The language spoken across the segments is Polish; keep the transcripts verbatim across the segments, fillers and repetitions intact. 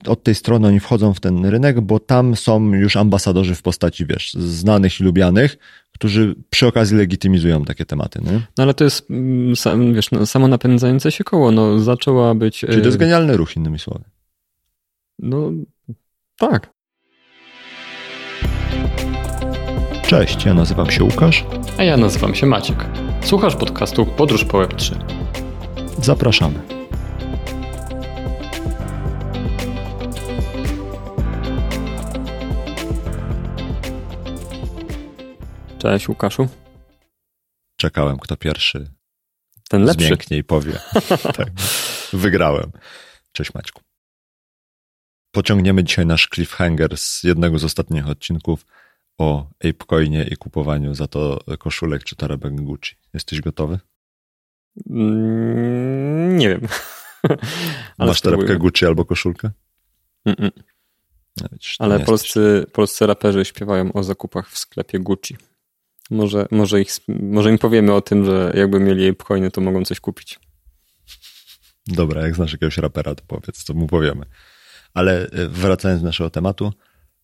od tej strony oni wchodzą w ten rynek, bo tam są już ambasadorzy w postaci, wiesz, znanych i lubianych, którzy przy okazji legitymizują takie tematy. Nie? No ale to jest, wiesz, no, samo napędzające się koło, no zaczęła być... Czyli to jest genialny ruch, innymi słowy. No, tak. Cześć, ja nazywam się Łukasz. A ja nazywam się Maciek. Słuchasz podcastu Podróż po Web trzy. Zapraszamy. Cześć Łukaszu. Czekałem, kto pierwszy Ten lepszy. Zmięknie i powie. Tak, wygrałem. Cześć Maćku. Pociągniemy dzisiaj nasz cliffhanger z jednego z ostatnich odcinków o ApeCoinie i kupowaniu za to koszulek czy torebek Gucci. Jesteś gotowy? Mm, nie wiem. Ale masz torebkę Gucci albo koszulkę? Mm-mm. No, widzisz, Ale polscy, polscy raperzy śpiewają o zakupach w sklepie Gucci. Może, może, ich, może im powiemy o tym, że jakby mieli ApeCoiny, to mogą coś kupić. Dobra, jak znasz jakiegoś rapera, to powiedz, co mu powiemy. Ale wracając do naszego tematu,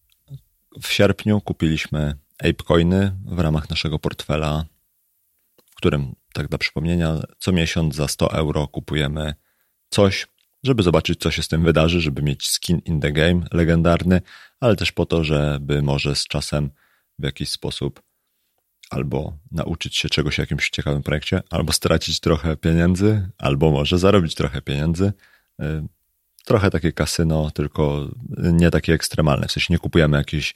w sierpniu kupiliśmy ApeCoiny w ramach naszego portfela, w którym, tak dla przypomnienia, co miesiąc za sto euro kupujemy coś, żeby zobaczyć, co się z tym wydarzy, żeby mieć skin in the game legendarny, ale też po to, żeby może z czasem w jakiś sposób albo nauczyć się czegoś w jakimś ciekawym projekcie, albo stracić trochę pieniędzy, albo może zarobić trochę pieniędzy. Trochę takie kasyno, tylko nie takie ekstremalne. W sensie nie kupujemy jakichś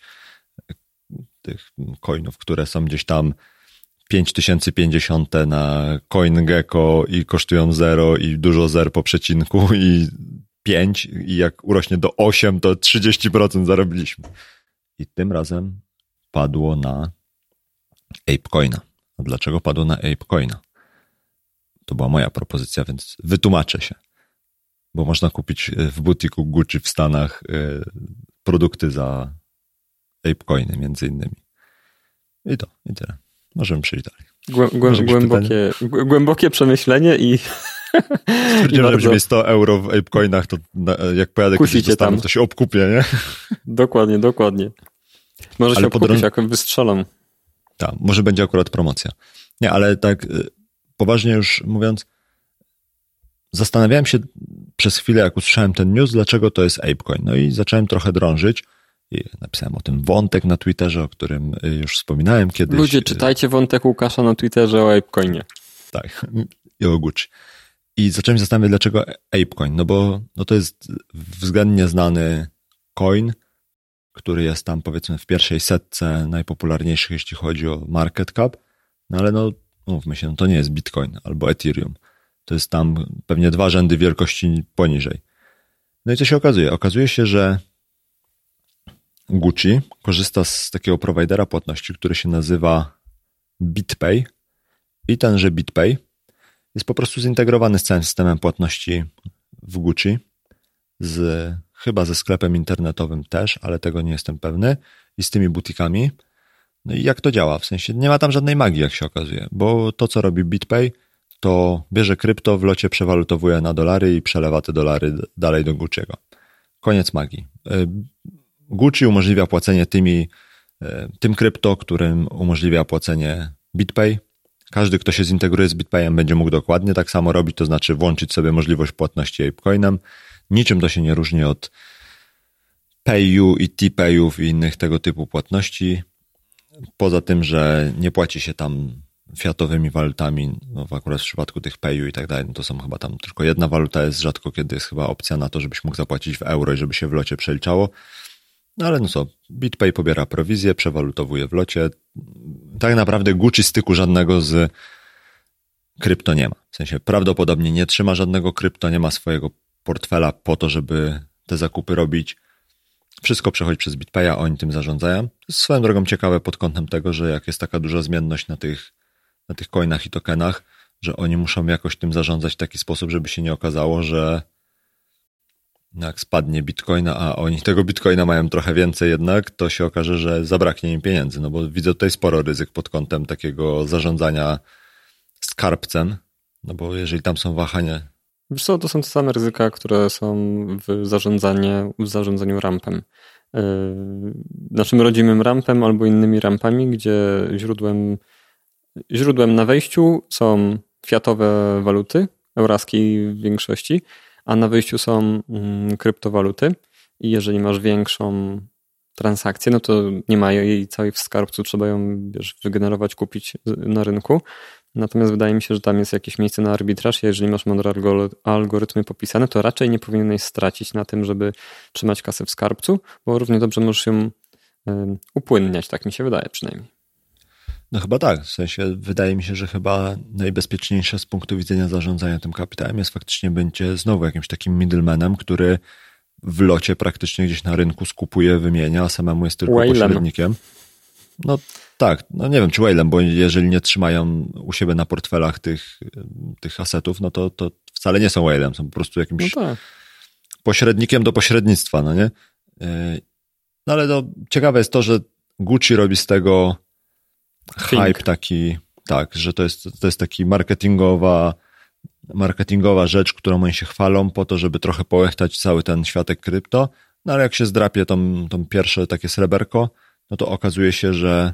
tych coinów, które są gdzieś tam pięć tysięcy pięćdziesiąt na CoinGecko i kosztują zero i dużo zer po przecinku i pięć i jak urośnie do osiem, to trzydzieści procent zarobiliśmy. I tym razem padło na ApeCoina. A dlaczego padło na ApeCoina? To była moja propozycja, więc wytłumaczę się. Bo można kupić w butiku Gucci w Stanach produkty za ApeCoiny między innymi. I to, i tyle. Możemy przejść dalej. Głę, głę, głębokie, głębokie przemyślenie i... Stwierdziłem, że będzie mieć sto euro w ApeCoinach, to jak pojadę kiedyś do Stanów, to się obkupię, nie? Dokładnie, dokładnie. Może ale się obkupić, drodze... jak wystrzelam. Tak, może będzie akurat promocja. Nie, ale tak poważnie już mówiąc, zastanawiałem się przez chwilę, jak usłyszałem ten news, dlaczego to jest ApeCoin. No i zacząłem trochę drążyć i napisałem o tym wątek na Twitterze, o którym już wspominałem kiedyś. Ludzie, czytajcie wątek Łukasza na Twitterze o ApeCoinie. Tak, i o Gucci. I zacząłem się zastanawiać, dlaczego ApeCoin. No bo no to jest względnie znany coin, który jest tam powiedzmy w pierwszej setce najpopularniejszych, jeśli chodzi o market cap. No ale no, mówmy się, no to nie jest Bitcoin albo Ethereum. To jest tam pewnie dwa rzędy wielkości poniżej. No i co się okazuje? Okazuje się, że Gucci korzysta z takiego prowajdera płatności, który się nazywa BitPay i tenże BitPay jest po prostu zintegrowany z całym systemem płatności w Gucci, z, chyba ze sklepem internetowym też, ale tego nie jestem pewny, i z tymi butikami. No i jak to działa? W sensie nie ma tam żadnej magii, jak się okazuje, bo to, co robi BitPay, to bierze krypto, w locie przewalutowuje na dolary i przelewa te dolary dalej do Gucci'ego. Koniec magii. Gucci umożliwia płacenie tymi, tym krypto, którym umożliwia płacenie BitPay. Każdy, kto się zintegruje z BitPayem, będzie mógł dokładnie tak samo robić, to znaczy włączyć sobie możliwość płatności ApeCoinem. Niczym to się nie różni od PayU i T-Payów i innych tego typu płatności. Poza tym, że nie płaci się tam fiatowymi walutami, no akurat w przypadku tych PayU i tak dalej, no to są chyba tam tylko jedna waluta, jest rzadko kiedy jest chyba opcja na to, żebyś mógł zapłacić w euro i żeby się w locie przeliczało. No ale no co, BitPay pobiera prowizję, przewalutowuje w locie. Tak naprawdę Gucci styku żadnego z krypto nie ma. W sensie prawdopodobnie nie trzyma żadnego krypto, nie ma swojego portfela po to, żeby te zakupy robić. Wszystko przechodzi przez BitPaya, oni tym zarządzają. To jest swoją drogą ciekawe pod kątem tego, że jak jest taka duża zmienność na tych, na tych coinach i tokenach, że oni muszą jakoś tym zarządzać w taki sposób, żeby się nie okazało, że jak spadnie bitcoina, a oni tego bitcoina mają trochę więcej jednak, to się okaże, że zabraknie im pieniędzy, no bo widzę tutaj sporo ryzyk pod kątem takiego zarządzania skarbcem, no bo jeżeli tam są wahania, Wiesz co, to są te same ryzyka, które są w zarządzaniu, w zarządzaniu rampem. Yy, naszym rodzimym rampem albo innymi rampami, gdzie źródłem, źródłem na wejściu są fiatowe waluty, euraskie w większości, a na wyjściu są mm, kryptowaluty i jeżeli masz większą transakcję, no to nie ma jej całej w skarbcu, trzeba ją, wiesz, wygenerować, kupić na rynku. Natomiast wydaje mi się, że tam jest jakieś miejsce na arbitraż. Jeżeli masz mądre algorytmy popisane, to raczej nie powinieneś stracić na tym, żeby trzymać kasę w skarbcu, bo równie dobrze możesz ją upłynniać, tak mi się wydaje przynajmniej. No chyba tak, w sensie wydaje mi się, że chyba najbezpieczniejsze z punktu widzenia zarządzania tym kapitałem jest faktycznie bycie znowu jakimś takim middlemanem, który w locie praktycznie gdzieś na rynku skupuje, wymienia, a samemu jest tylko whalem. Pośrednikiem. No tak, no nie wiem czy whalem, bo jeżeli nie trzymają u siebie na portfelach tych, tych asetów, no to, to wcale nie są whalem, są po prostu jakimś no tak. pośrednikiem do pośrednictwa, no nie? No ale to ciekawe jest to, że Gucci robi z tego Think. hype taki, tak, że to jest, to jest taki marketingowa marketingowa rzecz, którą oni się chwalą po to, żeby trochę połechtać cały ten światek krypto, no ale jak się zdrapie tą, tą pierwsze takie sreberko, no to okazuje się, że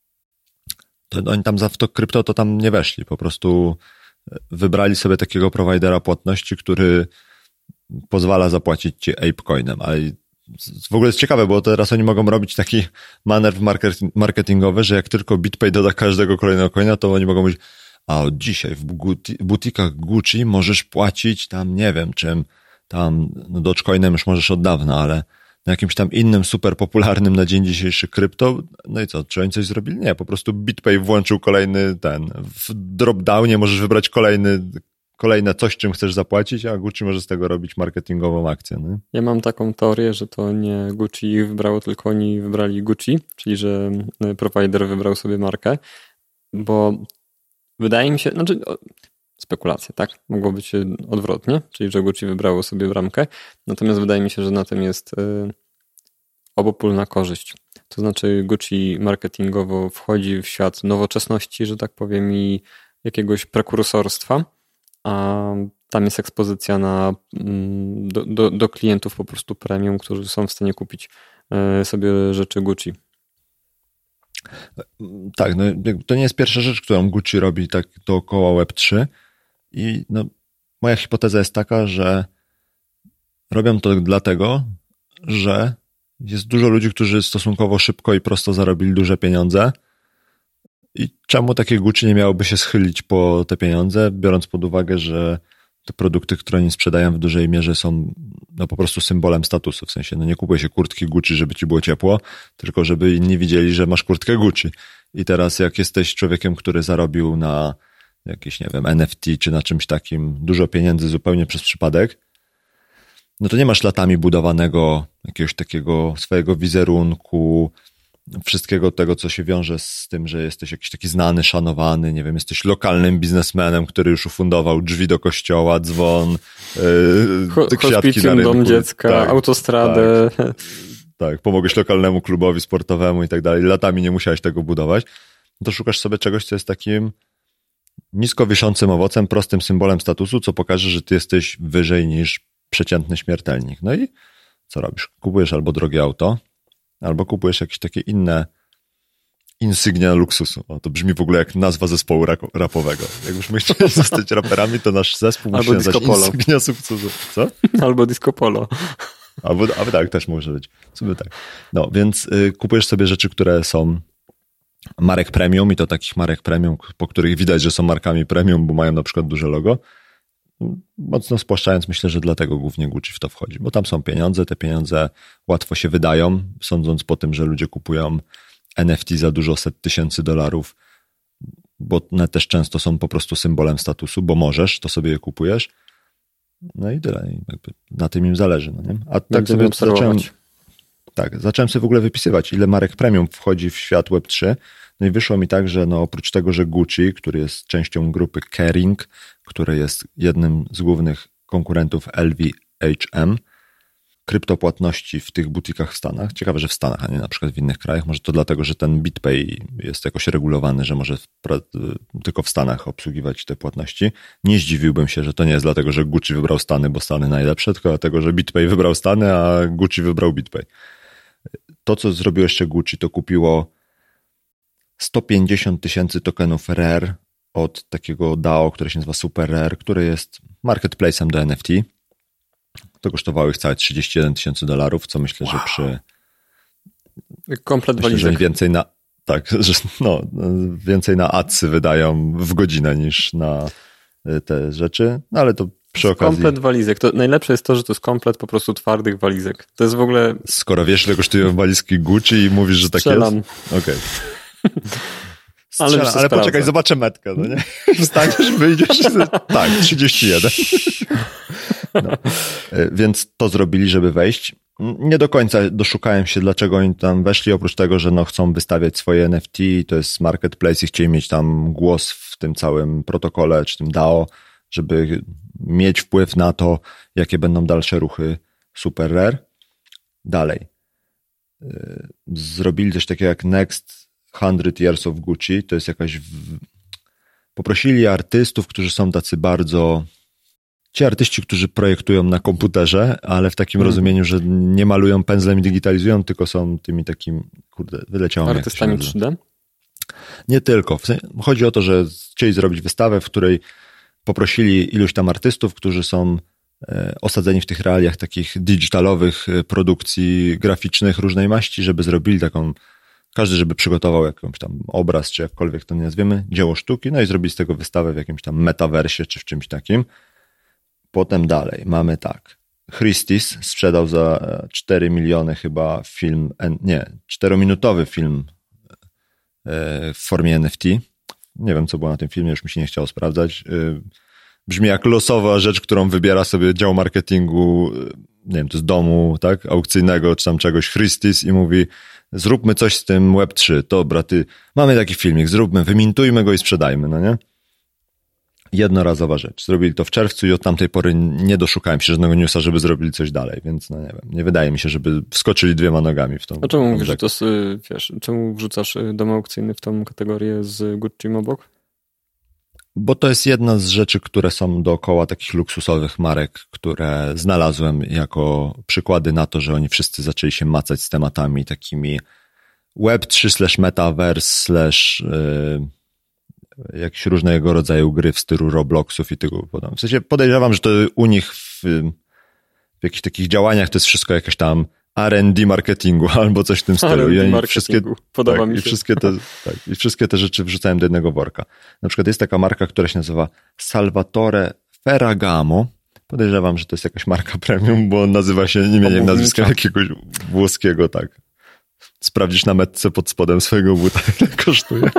to oni tam za w to krypto to tam nie weszli, po prostu wybrali sobie takiego prowajdera płatności, który pozwala zapłacić ci ApeCoinem, ale w ogóle jest ciekawe, bo teraz oni mogą robić taki manewr marketingowy, że jak tylko BitPay doda każdego kolejnego coina, to oni mogą mówić, a od dzisiaj w butikach Gucci możesz płacić tam, nie wiem czym, tam no Dogecoinem już możesz od dawna, ale na jakimś tam innym super popularnym na dzień dzisiejszy krypto, no i co, czy oni coś zrobili? Nie, po prostu BitPay włączył kolejny ten, w dropdownie możesz wybrać kolejny, kolejne coś, czym chcesz zapłacić, a Gucci może z tego robić marketingową akcję. Nie? Ja mam taką teorię, że to nie Gucci ich wybrało, tylko oni wybrali Gucci, czyli że prowajder wybrał sobie markę, bo wydaje mi się, znaczy spekulacje, tak? Mogło być odwrotnie, czyli że Gucci wybrało sobie bramkę, natomiast wydaje mi się, że na tym jest y, obopólna korzyść. To znaczy Gucci marketingowo wchodzi w świat nowoczesności, że tak powiem, i jakiegoś prekursorstwa, a tam jest ekspozycja na, do, do, do klientów po prostu premium, którzy są w stanie kupić y, sobie rzeczy Gucci. Tak, no to nie jest pierwsza rzecz, którą Gucci robi tak dookoła web trzy i no, moja hipoteza jest taka, że robią to dlatego, że jest dużo ludzi, którzy stosunkowo szybko i prosto zarobili duże pieniądze i czemu takie Gucci nie miałoby się schylić po te pieniądze, biorąc pod uwagę, że te produkty, które oni sprzedają w dużej mierze są no po prostu symbolem statusu, w sensie no nie kupuje się kurtki Gucci, żeby ci było ciepło, tylko żeby inni widzieli, że masz kurtkę Gucci. I teraz jak jesteś człowiekiem, który zarobił na jakieś, nie wiem, N F T czy na czymś takim dużo pieniędzy zupełnie przez przypadek, no to nie masz latami budowanego jakiegoś takiego swojego wizerunku, wszystkiego tego, co się wiąże z tym, że jesteś jakiś taki znany, szanowany, nie wiem, jesteś lokalnym biznesmenem, który już ufundował drzwi do kościoła, dzwon, yy, kwiatki na rynku. Dom dziecka, tak, autostradę. Tak, tak, pomogłeś lokalnemu klubowi sportowemu i tak dalej. Latami nie musiałeś tego budować. To szukasz sobie czegoś, co jest takim nisko wiszącym owocem, prostym symbolem statusu, co pokaże, że ty jesteś wyżej niż przeciętny śmiertelnik. No i co robisz? Kupujesz albo drogie auto, albo kupujesz jakieś takie inne insygnia luksusu. O, to brzmi w ogóle jak nazwa zespołu rapowego. Jakbyśmy chcieli zostać raperami, to nasz zespół musi nazwać insygnia sukcesu. Co? Albo disco polo. Albo, albo tak, też może być. Sobie tak. No, więc y, kupujesz sobie rzeczy, które są marek premium i to takich marek premium, po których widać, że są markami premium, bo mają na przykład duże logo. Mocno spłaszczając, myślę, że dlatego głównie Gucci w to wchodzi, bo tam są pieniądze, te pieniądze łatwo się wydają, sądząc po tym, że ludzie kupują N F T za dużo set tysięcy dolarów, bo one też często są po prostu symbolem statusu, bo możesz, to sobie je kupujesz. No i tyle. Jakby na tym im zależy. No nie? A tak sobie zacząłem, tak, zacząłem sobie w ogóle wypisywać, ile marek premium wchodzi w świat web trzy. No i wyszło mi tak, że no oprócz tego, że Gucci, który jest częścią grupy Kering, który jest jednym z głównych konkurentów L V H M, kryptopłatności w tych butikach w Stanach. Ciekawe, że w Stanach, a nie na przykład w innych krajach. Może to dlatego, że ten BitPay jest jakoś regulowany, że może tylko w Stanach obsługiwać te płatności. Nie zdziwiłbym się, że to nie jest dlatego, że Gucci wybrał Stany, bo Stany najlepsze, tylko dlatego, że BitPay wybrał Stany, a Gucci wybrał BitPay. To, co zrobiło jeszcze Gucci, to kupiło sto pięćdziesiąt tysięcy tokenów Rare od takiego D A O, które się nazywa Super Rare, który jest marketplace'em do N F T. To kosztowało ich całe trzydzieści jeden tysięcy dolarów, co myślę, wow. że przy... Komplet myślę, walizek. że więcej na... Tak, że no, więcej na adsy wydają w godzinę niż na te rzeczy, no ale to przy okazji... Komplet walizek. To najlepsze jest to, że to jest komplet po prostu twardych walizek. To jest w ogóle... Skoro wiesz, ile kosztują walizki Gucci i mówisz, że tak Strzelam. jest? Okej. Okay. Ale, ale poczekaj, zobaczę metkę, no nie? Wstaniesz, wyjdziesz, tak, trzydzieści jeden. No. Więc to zrobili, żeby wejść. Nie do końca doszukałem się, dlaczego oni tam weszli, oprócz tego, że no chcą wystawiać swoje N F T, to jest marketplace i chcieli mieć tam głos w tym całym protokole, czy tym D A O, żeby mieć wpływ na to, jakie będą dalsze ruchy Super Rare. Dalej. Zrobili coś takiego jak Next hundred Years of Gucci, to jest jakaś... W... Poprosili artystów, którzy są tacy bardzo... Ci artyści, którzy projektują na komputerze, ale w takim mm. rozumieniu, że nie malują pędzlem i digitalizują, tylko są tymi takimi... Kurde, wyleciało mi. Artystami trzy D? Nie tylko. Chodzi o to, że chcieli zrobić wystawę, w której poprosili iluś tam artystów, którzy są osadzeni w tych realiach takich digitalowych produkcji graficznych różnej maści, żeby zrobili taką... Każdy, żeby przygotował jakąś tam obraz, czy jakkolwiek to nie nazwiemy, dzieło sztuki, no i zrobili z tego wystawę w jakimś tam metaversie, czy w czymś takim. Potem dalej mamy tak. Christie's sprzedał za cztery miliony chyba film, nie, czterominutowy film w formie N F T. Nie wiem, co było na tym filmie, już mi się nie chciało sprawdzać. Brzmi jak losowa rzecz, którą wybiera sobie dział marketingu, nie wiem, to z domu, tak, aukcyjnego, czy tam czegoś, Christie's i mówi, zróbmy coś z tym Web trzy. Dobra, ty, mamy taki filmik, zróbmy, wymintujmy go i sprzedajmy, no nie? Jednorazowa rzecz. Zrobili to w czerwcu i od tamtej pory nie doszukałem się żadnego newsa, żeby zrobili coś dalej, więc no nie wiem, nie wydaje mi się, żeby wskoczyli dwiema nogami w tą... A czemu mówisz, że to, wiesz, czemu wrzucasz dom aukcyjny w tą kategorię z Gucci obok? Bo to jest jedna z rzeczy, które są dookoła takich luksusowych marek, które znalazłem jako przykłady na to, że oni wszyscy zaczęli się macać z tematami takimi Web trzy slash Metaverse slash yy, jakieś różnego rodzaju gry w stylu Robloxów i tego podobnie. W sensie podejrzewam, że to u nich w, w jakichś takich działaniach to jest wszystko jakaś tam R and D marketingu albo coś w tym stylu. I oni wszystkie, Podoba tak, mi się. I wszystkie, te, tak, I wszystkie te rzeczy wrzucałem do jednego worka. Na przykład jest taka marka, która się nazywa Salvatore Ferragamo. Podejrzewam, że to jest jakaś marka premium, bo on nazywa się imieniem, nazwiskiem jakiegoś włoskiego, tak. Sprawdzisz na metce pod spodem swojego buta, ile kosztuje.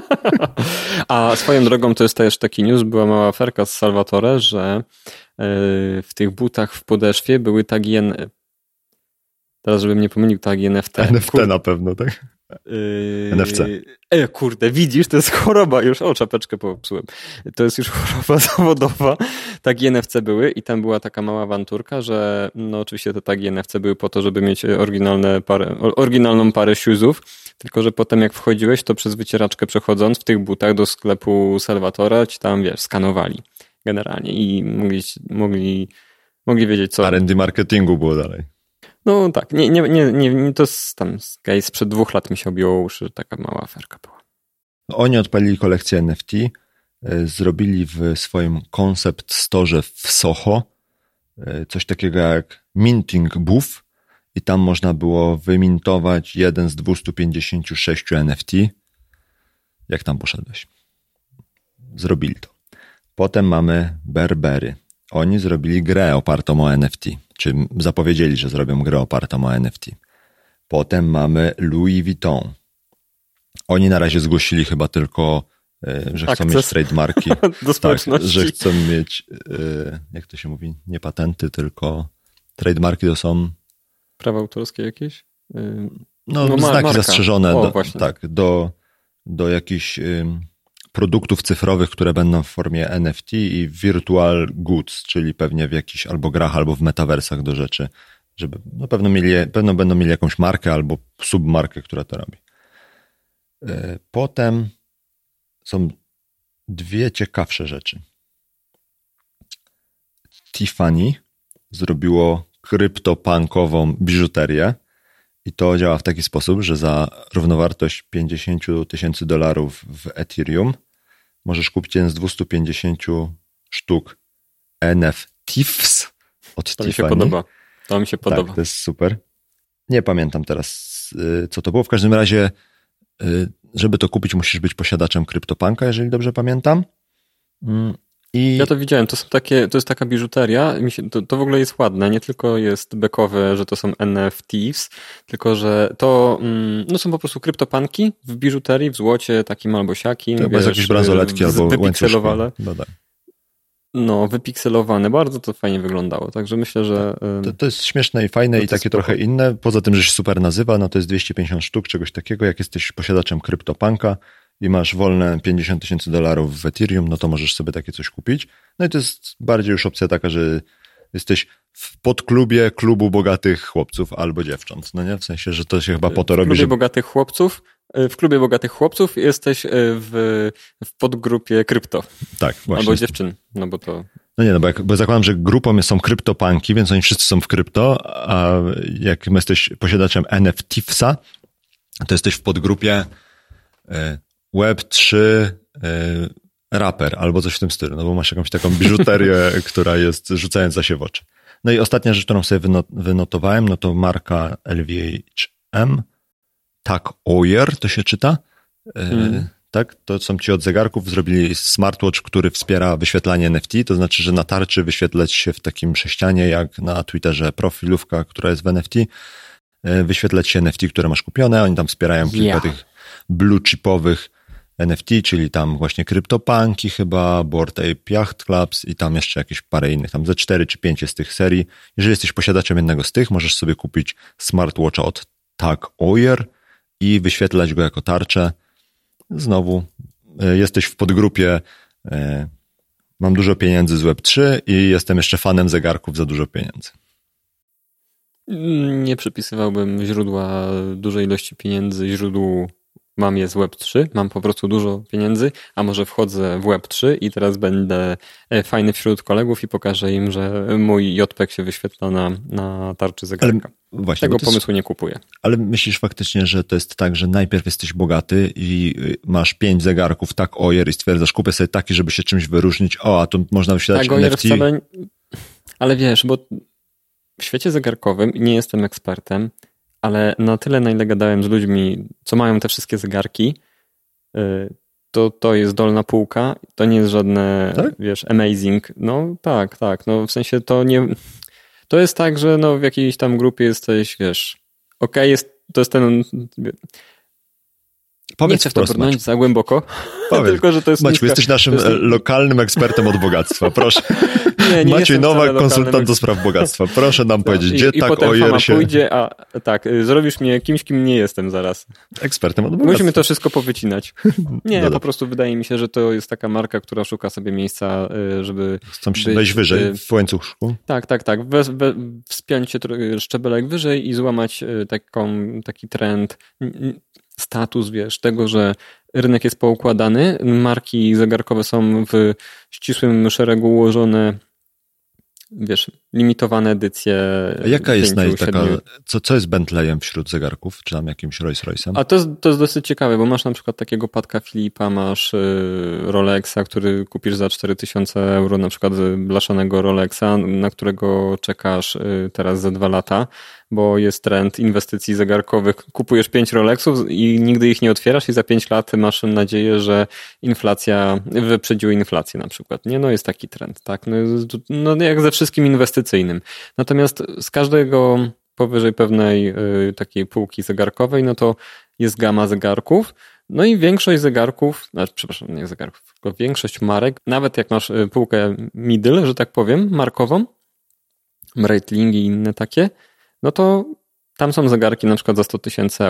A swoją drogą to jest też taki news, była mała aferka z Salvatore, że w tych butach w podeszwie były tagi N... Teraz, żebym nie pomylił, tagi N F T. N F T na pewno, tak? Yy... N F C. E, kurde, widzisz, to jest choroba już. O, czapeczkę popsułem. To jest już choroba zawodowa. Tagi N F C były i tam była taka mała awanturka, że no oczywiście te tagi N F C były po to, żeby mieć oryginalne parę, oryginalną parę shoesów, tylko że potem jak wchodziłeś, to przez wycieraczkę przechodząc w tych butach do sklepu Salvatore ci tam, wiesz, skanowali generalnie i mogli, mogli, mogli wiedzieć co. R and D marketingu było dalej. No tak, nie, nie, nie, nie to jest tam okay, sprzed dwóch lat mi się obiło uszy, że taka mała aferka była. Oni odpalili kolekcję N F T, zrobili w swoim concept store w Soho coś takiego jak minting booth i tam można było wymintować jeden z dwieście pięćdziesiąt sześć N F T. Jak tam poszedłeś? Zrobili to. Potem mamy Burberry. Oni zrobili grę opartą o N F T, czy zapowiedzieli, że zrobią grę opartą o N F T. Potem mamy Louis Vuitton. Oni na razie zgłosili chyba tylko, że chcą Akces mieć trademarki. do społeczności. Tak, że chcą mieć, jak to się mówi, nie patenty, tylko trademarki to są... Prawa autorskie jakieś? No, no znaki marka. Zastrzeżone o, do, tak, do, do jakichś produktów cyfrowych, które będą w formie N F T i virtual goods, czyli pewnie w jakichś albo grach, albo w metaversach do rzeczy. żeby, no pewno, mieli, pewno będą mieli jakąś markę albo submarkę, która to robi. Potem są dwie ciekawsze rzeczy. Tiffany zrobiło kryptopunkową biżuterię i to działa w taki sposób, że za równowartość pięćdziesiąt tysięcy dolarów w Ethereum możesz kupić jeden z dwieście pięćdziesiąt sztuk N F Ts od to Tiffany. Mi się podoba. To mi się podoba. Tak, to jest super. Nie pamiętam teraz, co to było. W każdym razie, żeby to kupić, musisz być posiadaczem CryptoPunka, jeżeli dobrze pamiętam. I... Ja to widziałem, to są takie, to jest taka biżuteria, mi się, to, to w ogóle jest ładne, nie tylko jest bekowe, że to są N F Ts, tylko że to no są po prostu kryptopanki w biżuterii, w złocie takim albo siakim. To jest jakieś bransoletki albo wypikselowane. Łańcuszki. No, wypikselowane, bardzo to fajnie wyglądało, także myślę, że... To, to jest śmieszne i fajne i takie spoko. Trochę inne, poza tym, że się super nazywa, no to jest dwieście pięćdziesiąt sztuk, czegoś takiego, jak jesteś posiadaczem CryptoPunka i masz wolne pięćdziesiąt tysięcy dolarów w Ethereum, no to możesz sobie takie coś kupić. No i to jest bardziej już opcja taka, że jesteś w podklubie klubu bogatych chłopców albo dziewcząt, no nie? W sensie, że to się chyba po to robi, że... W klubie żeby... bogatych chłopców, w klubie bogatych chłopców jesteś w, w podgrupie krypto. Tak, właśnie. Albo dziewczyn, no bo to... No nie, no bo, jak, bo zakładam, że grupą są kryptopunki, więc oni wszyscy są w krypto, a jak jesteś posiadaczem N F Tsa, to jesteś w podgrupie Web trzy raper albo coś w tym stylu, no bo masz jakąś taką biżuterię, która jest rzucająca się w oczy. No i ostatnia rzecz, którą sobie wynotowałem, no to marka L V H M, Tak Oyer to się czyta, mm. tak? To są ci od zegarków, zrobili smartwatch, który wspiera wyświetlanie N F T, to znaczy, że na tarczy wyświetlać się w takim sześcianie, jak na Twitterze profilówka, która jest w N F T, wyświetlać się N F T, które masz kupione, oni tam wspierają kilka yeah. tych blue chipowych N F T, czyli tam właśnie CryptoPunki chyba, Bored Ape Yacht Clubs i tam jeszcze jakieś parę innych, tam ze cztery czy pięć jest tych serii. Jeżeli jesteś posiadaczem jednego z tych, możesz sobie kupić smartwatcha od Tak Oyer i wyświetlać go jako tarczę. Znowu jesteś w podgrupie mam dużo pieniędzy z Web trzy i jestem jeszcze fanem zegarków za dużo pieniędzy. Nie przypisywałbym źródła dużej ilości pieniędzy źródłu mam je z Web trzy, mam po prostu dużo pieniędzy, a może wchodzę w Web trzy i teraz będę fajny wśród kolegów i pokażę im, że mój J P E G się wyświetla na, na tarczy zegarka. Ale właśnie, tego pomysłu jest... nie kupuję. Ale myślisz faktycznie, że to jest tak, że najpierw jesteś bogaty i masz pięć zegarków, tak Oyer i stwierdzasz, kupię sobie taki, żeby się czymś wyróżnić, o, a tu można wyświetlać tak, N F T. Wcale... Ale wiesz, bo w świecie zegarkowym nie jestem ekspertem, ale na tyle, na ile gadałem z ludźmi, co mają te wszystkie zegarki, to to jest dolna półka, to nie jest żadne, tak? wiesz, amazing. No tak, tak, no w sensie to nie... To jest tak, że no w jakiejś tam grupie jesteś, wiesz, okej, okay, jest, to jest ten... Powiedz nie chcę w to brnąć za głęboko, tylko że to jest... Maciu, jesteś naszym jest... lokalnym ekspertem od bogactwa, proszę. Nie, nie Maciej Nowak, konsultant do spraw bogactwa. Proszę nam powiedzieć, gdzie I, tak i potem Oyer się... pójdzie, a tak, zrobisz mnie kimś, kim nie jestem zaraz. Ekspertem od bogactwa. Musimy to wszystko powycinać. Nie, no po prostu wydaje mi się, że to jest taka marka, która szuka sobie miejsca, żeby... Chcą się wejść wyżej w łańcuszku. Tak, tak, tak. We, we, wspiąć się szczebelek wyżej i złamać taką, taki trend, status, wiesz, tego, że rynek jest poukładany, marki zegarkowe są w ścisłym szeregu ułożone, wiesz, limitowane edycje. A jaka jest naj, taka, co, co jest Bentleyem wśród zegarków, czy tam jakimś Rolls Royce'em? A to jest, to jest dosyć ciekawe, bo masz na przykład takiego Patka Philippa, masz Rolexa, który kupisz za cztery tysiące euro, na przykład blaszanego Rolexa, na którego czekasz teraz za dwa lata, bo jest trend inwestycji zegarkowych. Kupujesz pięć Rolexów i nigdy ich nie otwierasz i za pięć lat masz nadzieję, że inflacja wyprzedziła inflację na przykład. Nie, no jest taki trend, tak? No, no jak ze wszystkim inwestycyjnym. Natomiast z każdego powyżej pewnej y, takiej półki zegarkowej, no to jest gama zegarków. No i większość zegarków, znaczy, przepraszam, nie zegarków, tylko większość marek, nawet jak masz półkę middle, że tak powiem, markową, Breitling i inne takie, no to tam są zegarki na przykład za sto tysięcy euro.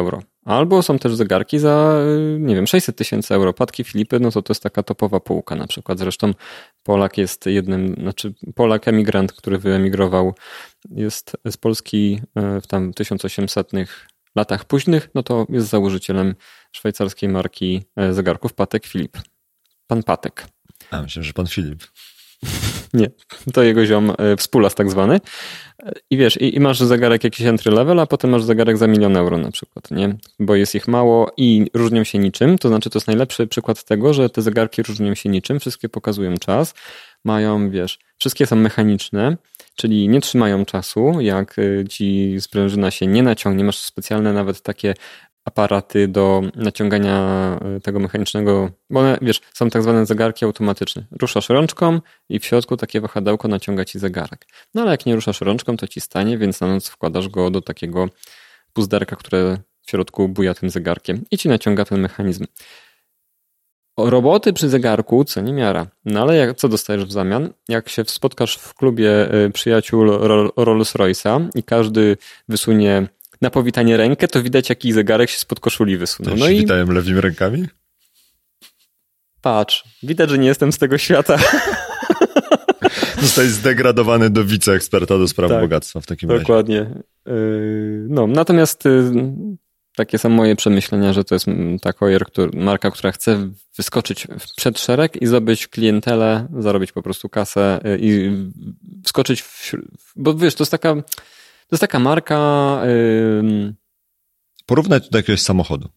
Albo są też zegarki za, nie wiem, sześćset tysięcy euro. Patki Philipy, no to to jest taka topowa półka na przykład. Zresztą Polak jest jednym, znaczy Polak emigrant, który wyemigrował, jest z Polski w tam tysiąc osiemsetnych latach późnych, no to jest założycielem szwajcarskiej marki zegarków Patek Philippe. Pan Patek. A, myślę, że pan Filip. Nie, to jego ziom, współlas tak zwany. I wiesz, i, i masz zegarek jakiś entry level, a potem masz zegarek za milion euro na przykład, nie? Bo jest ich mało i różnią się niczym. To znaczy, to jest najlepszy przykład tego, że te zegarki różnią się niczym. Wszystkie pokazują czas. Mają, wiesz, wszystkie są mechaniczne, czyli nie trzymają czasu. Jak ci sprężyna się nie naciągnie, masz specjalne nawet takie aparaty do naciągania tego mechanicznego, bo one, wiesz, są tak zwane zegarki automatyczne. Ruszasz rączką i w środku takie wahadełko naciąga ci zegarek. No ale jak nie ruszasz rączką, to ci stanie, więc na noc wkładasz go do takiego puzderka, które w środku buja tym zegarkiem i ci naciąga ten mechanizm. O, roboty przy zegarku co nie miara. No ale jak, co dostajesz w zamian? Jak się spotkasz w klubie przyjaciół Rolls-Royce'a i każdy wysunie na powitanie rękę, to widać, jaki zegarek się spod koszuli wysunął. No i witają lewymi rękami? Patrz, widać, że nie jestem z tego świata. Zostałeś zdegradowany do wiceeksperta do spraw tak, bogactwa w takim razie. Dokładnie. No, natomiast takie są moje przemyślenia, że to jest ta Heuer, marka, która chce wyskoczyć przed szereg i zdobyć klientelę, zarobić po prostu kasę i wskoczyć w... Bo wiesz, to jest taka... To jest taka marka... Yy... Porównać to do jakiegoś samochodu.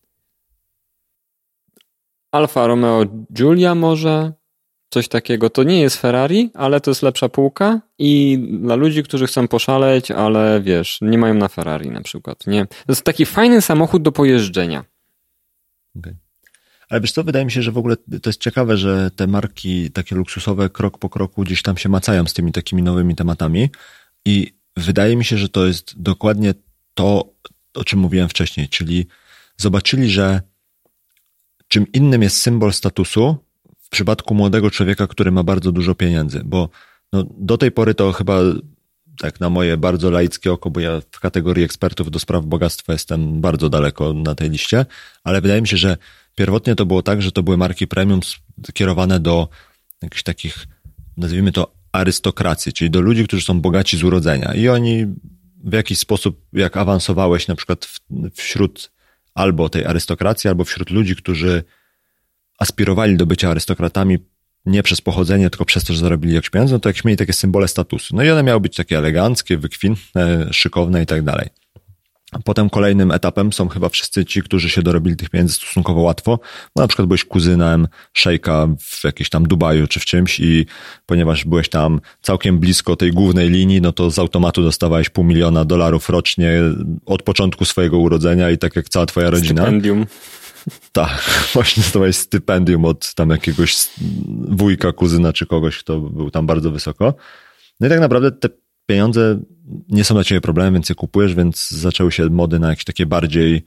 Alfa Romeo Giulia może, coś takiego. To nie jest Ferrari, ale to jest lepsza półka i dla ludzi, którzy chcą poszaleć, ale wiesz, nie mają na Ferrari na przykład. Nie? To jest taki fajny samochód do pojeżdżenia. Okay. Ale wiesz co, wydaje mi się, że w ogóle to jest ciekawe, że te marki takie luksusowe krok po kroku gdzieś tam się macają z tymi takimi nowymi tematami i wydaje mi się, że to jest dokładnie to, o czym mówiłem wcześniej, czyli zobaczyli, że czym innym jest symbol statusu w przypadku młodego człowieka, który ma bardzo dużo pieniędzy, bo no, do tej pory to chyba tak na moje bardzo laickie oko, bo ja w kategorii ekspertów do spraw bogactwa jestem bardzo daleko na tej liście, ale wydaje mi się, że pierwotnie to było tak, że to były marki premium skierowane do jakichś takich, nazwijmy to, arystokracji, czyli do ludzi, którzy są bogaci z urodzenia i oni w jakiś sposób, jak awansowałeś na przykład w, wśród albo tej arystokracji, albo wśród ludzi, którzy aspirowali do bycia arystokratami nie przez pochodzenie, tylko przez to, że zarobili jakieś pieniądze, no to jakieś mieli takie symbole statusu. No i one miały być takie eleganckie, wykwintne, szykowne i tak dalej. Potem kolejnym etapem są chyba wszyscy ci, którzy się dorobili tych pieniędzy stosunkowo łatwo, bo na przykład byłeś kuzynem szejka w jakimś tam Dubaju czy w czymś i ponieważ byłeś tam całkiem blisko tej głównej linii, no to z automatu dostawałeś pół miliona dolarów rocznie od początku swojego urodzenia i tak jak cała twoja rodzina. Stypendium. Tak, właśnie dostawałeś stypendium od tam jakiegoś wujka, kuzyna czy kogoś, kto był tam bardzo wysoko. No i tak naprawdę te pieniądze nie są dla ciebie problemem, więc je kupujesz, więc zaczęły się mody na jakieś takie bardziej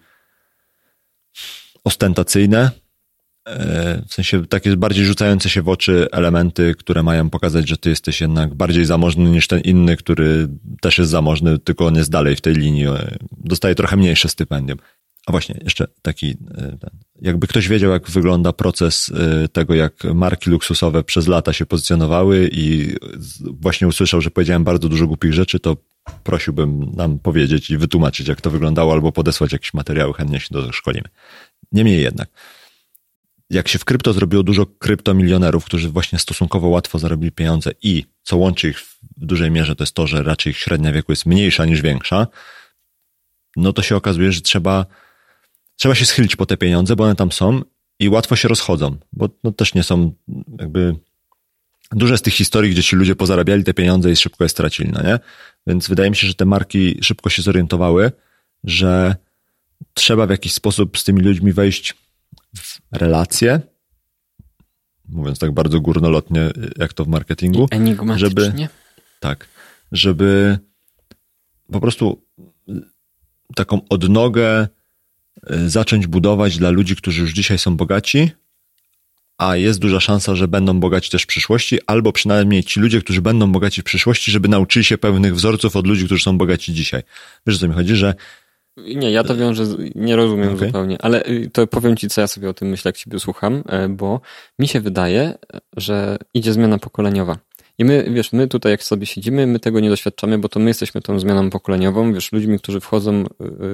ostentacyjne, w sensie takie bardziej rzucające się w oczy elementy, które mają pokazać, że ty jesteś jednak bardziej zamożny niż ten inny, który też jest zamożny, tylko on jest dalej w tej linii, dostaje trochę mniejsze stypendium. A właśnie, jeszcze taki, jakby ktoś wiedział, jak wygląda proces tego, jak marki luksusowe przez lata się pozycjonowały i właśnie usłyszał, że powiedziałem bardzo dużo głupich rzeczy, to prosiłbym nam powiedzieć i wytłumaczyć, jak to wyglądało, albo podesłać jakieś materiały, chętnie się doszkolimy. Niemniej jednak, jak się w krypto zrobiło dużo kryptomilionerów, którzy właśnie stosunkowo łatwo zarobili pieniądze i co łączy ich w dużej mierze, to jest to, że raczej ich średnia wieku jest mniejsza niż większa, no to się okazuje, że trzeba Trzeba się schylić po te pieniądze, bo one tam są i łatwo się rozchodzą, bo no też nie są jakby duże z tych historii, gdzie ci ludzie pozarabiali te pieniądze i szybko je stracili, no nie? Więc wydaje mi się, że te marki szybko się zorientowały, że trzeba w jakiś sposób z tymi ludźmi wejść w relacje, mówiąc tak bardzo górnolotnie, jak to w marketingu, I enigmatycznie. Żeby, tak, żeby po prostu taką odnogę zacząć budować dla ludzi, którzy już dzisiaj są bogaci, a jest duża szansa, że będą bogaci też w przyszłości, albo przynajmniej ci ludzie, którzy będą bogaci w przyszłości, żeby nauczyli się pewnych wzorców od ludzi, którzy są bogaci dzisiaj. Wiesz, o co mi chodzi, że Nie, ja to wiążę, nie rozumiem Okay. zupełnie, ale to powiem ci, co ja sobie o tym myślę, jak ciebie słucham, bo mi się wydaje, że idzie zmiana pokoleniowa. I my, wiesz, my tutaj jak sobie siedzimy, my tego nie doświadczamy, bo to my jesteśmy tą zmianą pokoleniową, wiesz, ludźmi, którzy wchodzą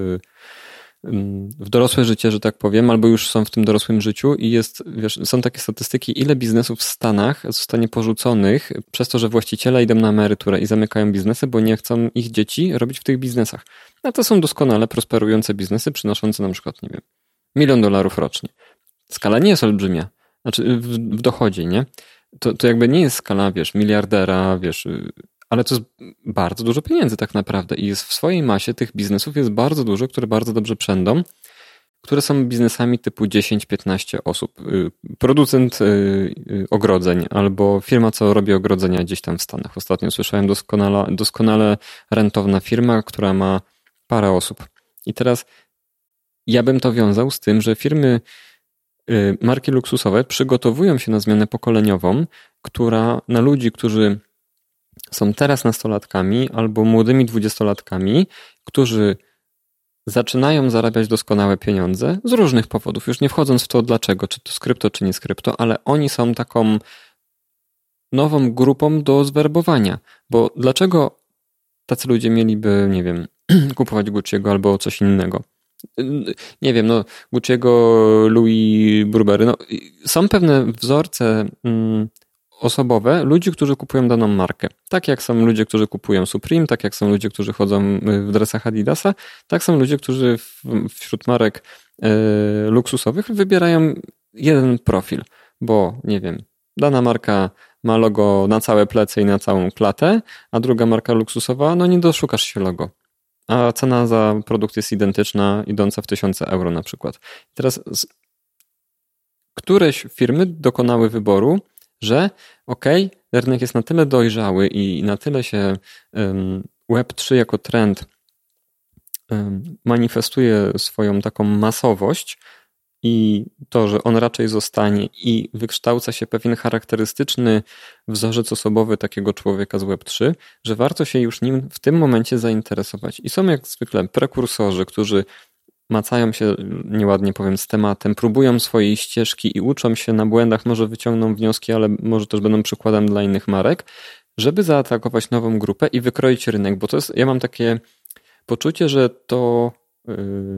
w dorosłe życie, że tak powiem, albo już są w tym dorosłym życiu i jest, wiesz, są takie statystyki, ile biznesów w Stanach zostanie porzuconych przez to, że właściciele idą na emeryturę i zamykają biznesy, bo nie chcą ich dzieci robić w tych biznesach. A to są doskonale prosperujące biznesy, przynoszące na przykład, nie wiem, milion dolarów rocznie. Skala nie jest olbrzymia. Znaczy w, w dochodzie, nie? To, to jakby nie jest skala, wiesz, miliardera, wiesz, ale to jest bardzo dużo pieniędzy tak naprawdę i jest w swojej masie tych biznesów jest bardzo dużo, które bardzo dobrze przędą, które są biznesami typu dziesięć piętnaście osób. Producent ogrodzeń albo firma, co robi ogrodzenia gdzieś tam w Stanach. Ostatnio słyszałem doskonale, doskonale rentowna firma, która ma parę osób. I teraz ja bym to wiązał z tym, że firmy, marki luksusowe przygotowują się na zmianę pokoleniową, która na ludzi, którzy są teraz nastolatkami albo młodymi dwudziestolatkami, którzy zaczynają zarabiać doskonałe pieniądze z różnych powodów, już nie wchodząc w to dlaczego, czy to z krypto, czy nie z krypto, ale oni są taką nową grupą do zwerbowania, bo dlaczego tacy ludzie mieliby, nie wiem, kupować Gucci'ego albo coś innego? Nie wiem, no Gucci'ego, Louis Burberry, no są pewne wzorce mm, osobowe ludzi, którzy kupują daną markę. Tak jak są ludzie, którzy kupują Supreme, tak jak są ludzie, którzy chodzą w dresach Adidasa, tak są ludzie, którzy w, wśród marek e, luksusowych wybierają jeden profil, bo nie wiem, dana marka ma logo na całe plecy i na całą klatę, a druga marka luksusowa, no nie doszukasz się logo. A cena za produkt jest identyczna, idąca w tysiące euro na przykład. Teraz z... któreś firmy dokonały wyboru, że okej, okay, rynek jest na tyle dojrzały i na tyle się um, web trzy jako trend um, manifestuje swoją taką masowość i to, że on raczej zostanie i wykształca się pewien charakterystyczny wzorzec osobowy takiego człowieka z web trzy, że warto się już nim w tym momencie zainteresować. I są jak zwykle prekursorzy, którzy macają się, nieładnie powiem, z tematem, próbują swojej ścieżki i uczą się na błędach, może wyciągną wnioski, ale może też będą przykładem dla innych marek, żeby zaatakować nową grupę i wykroić rynek, bo to jest, ja mam takie poczucie, że to yy,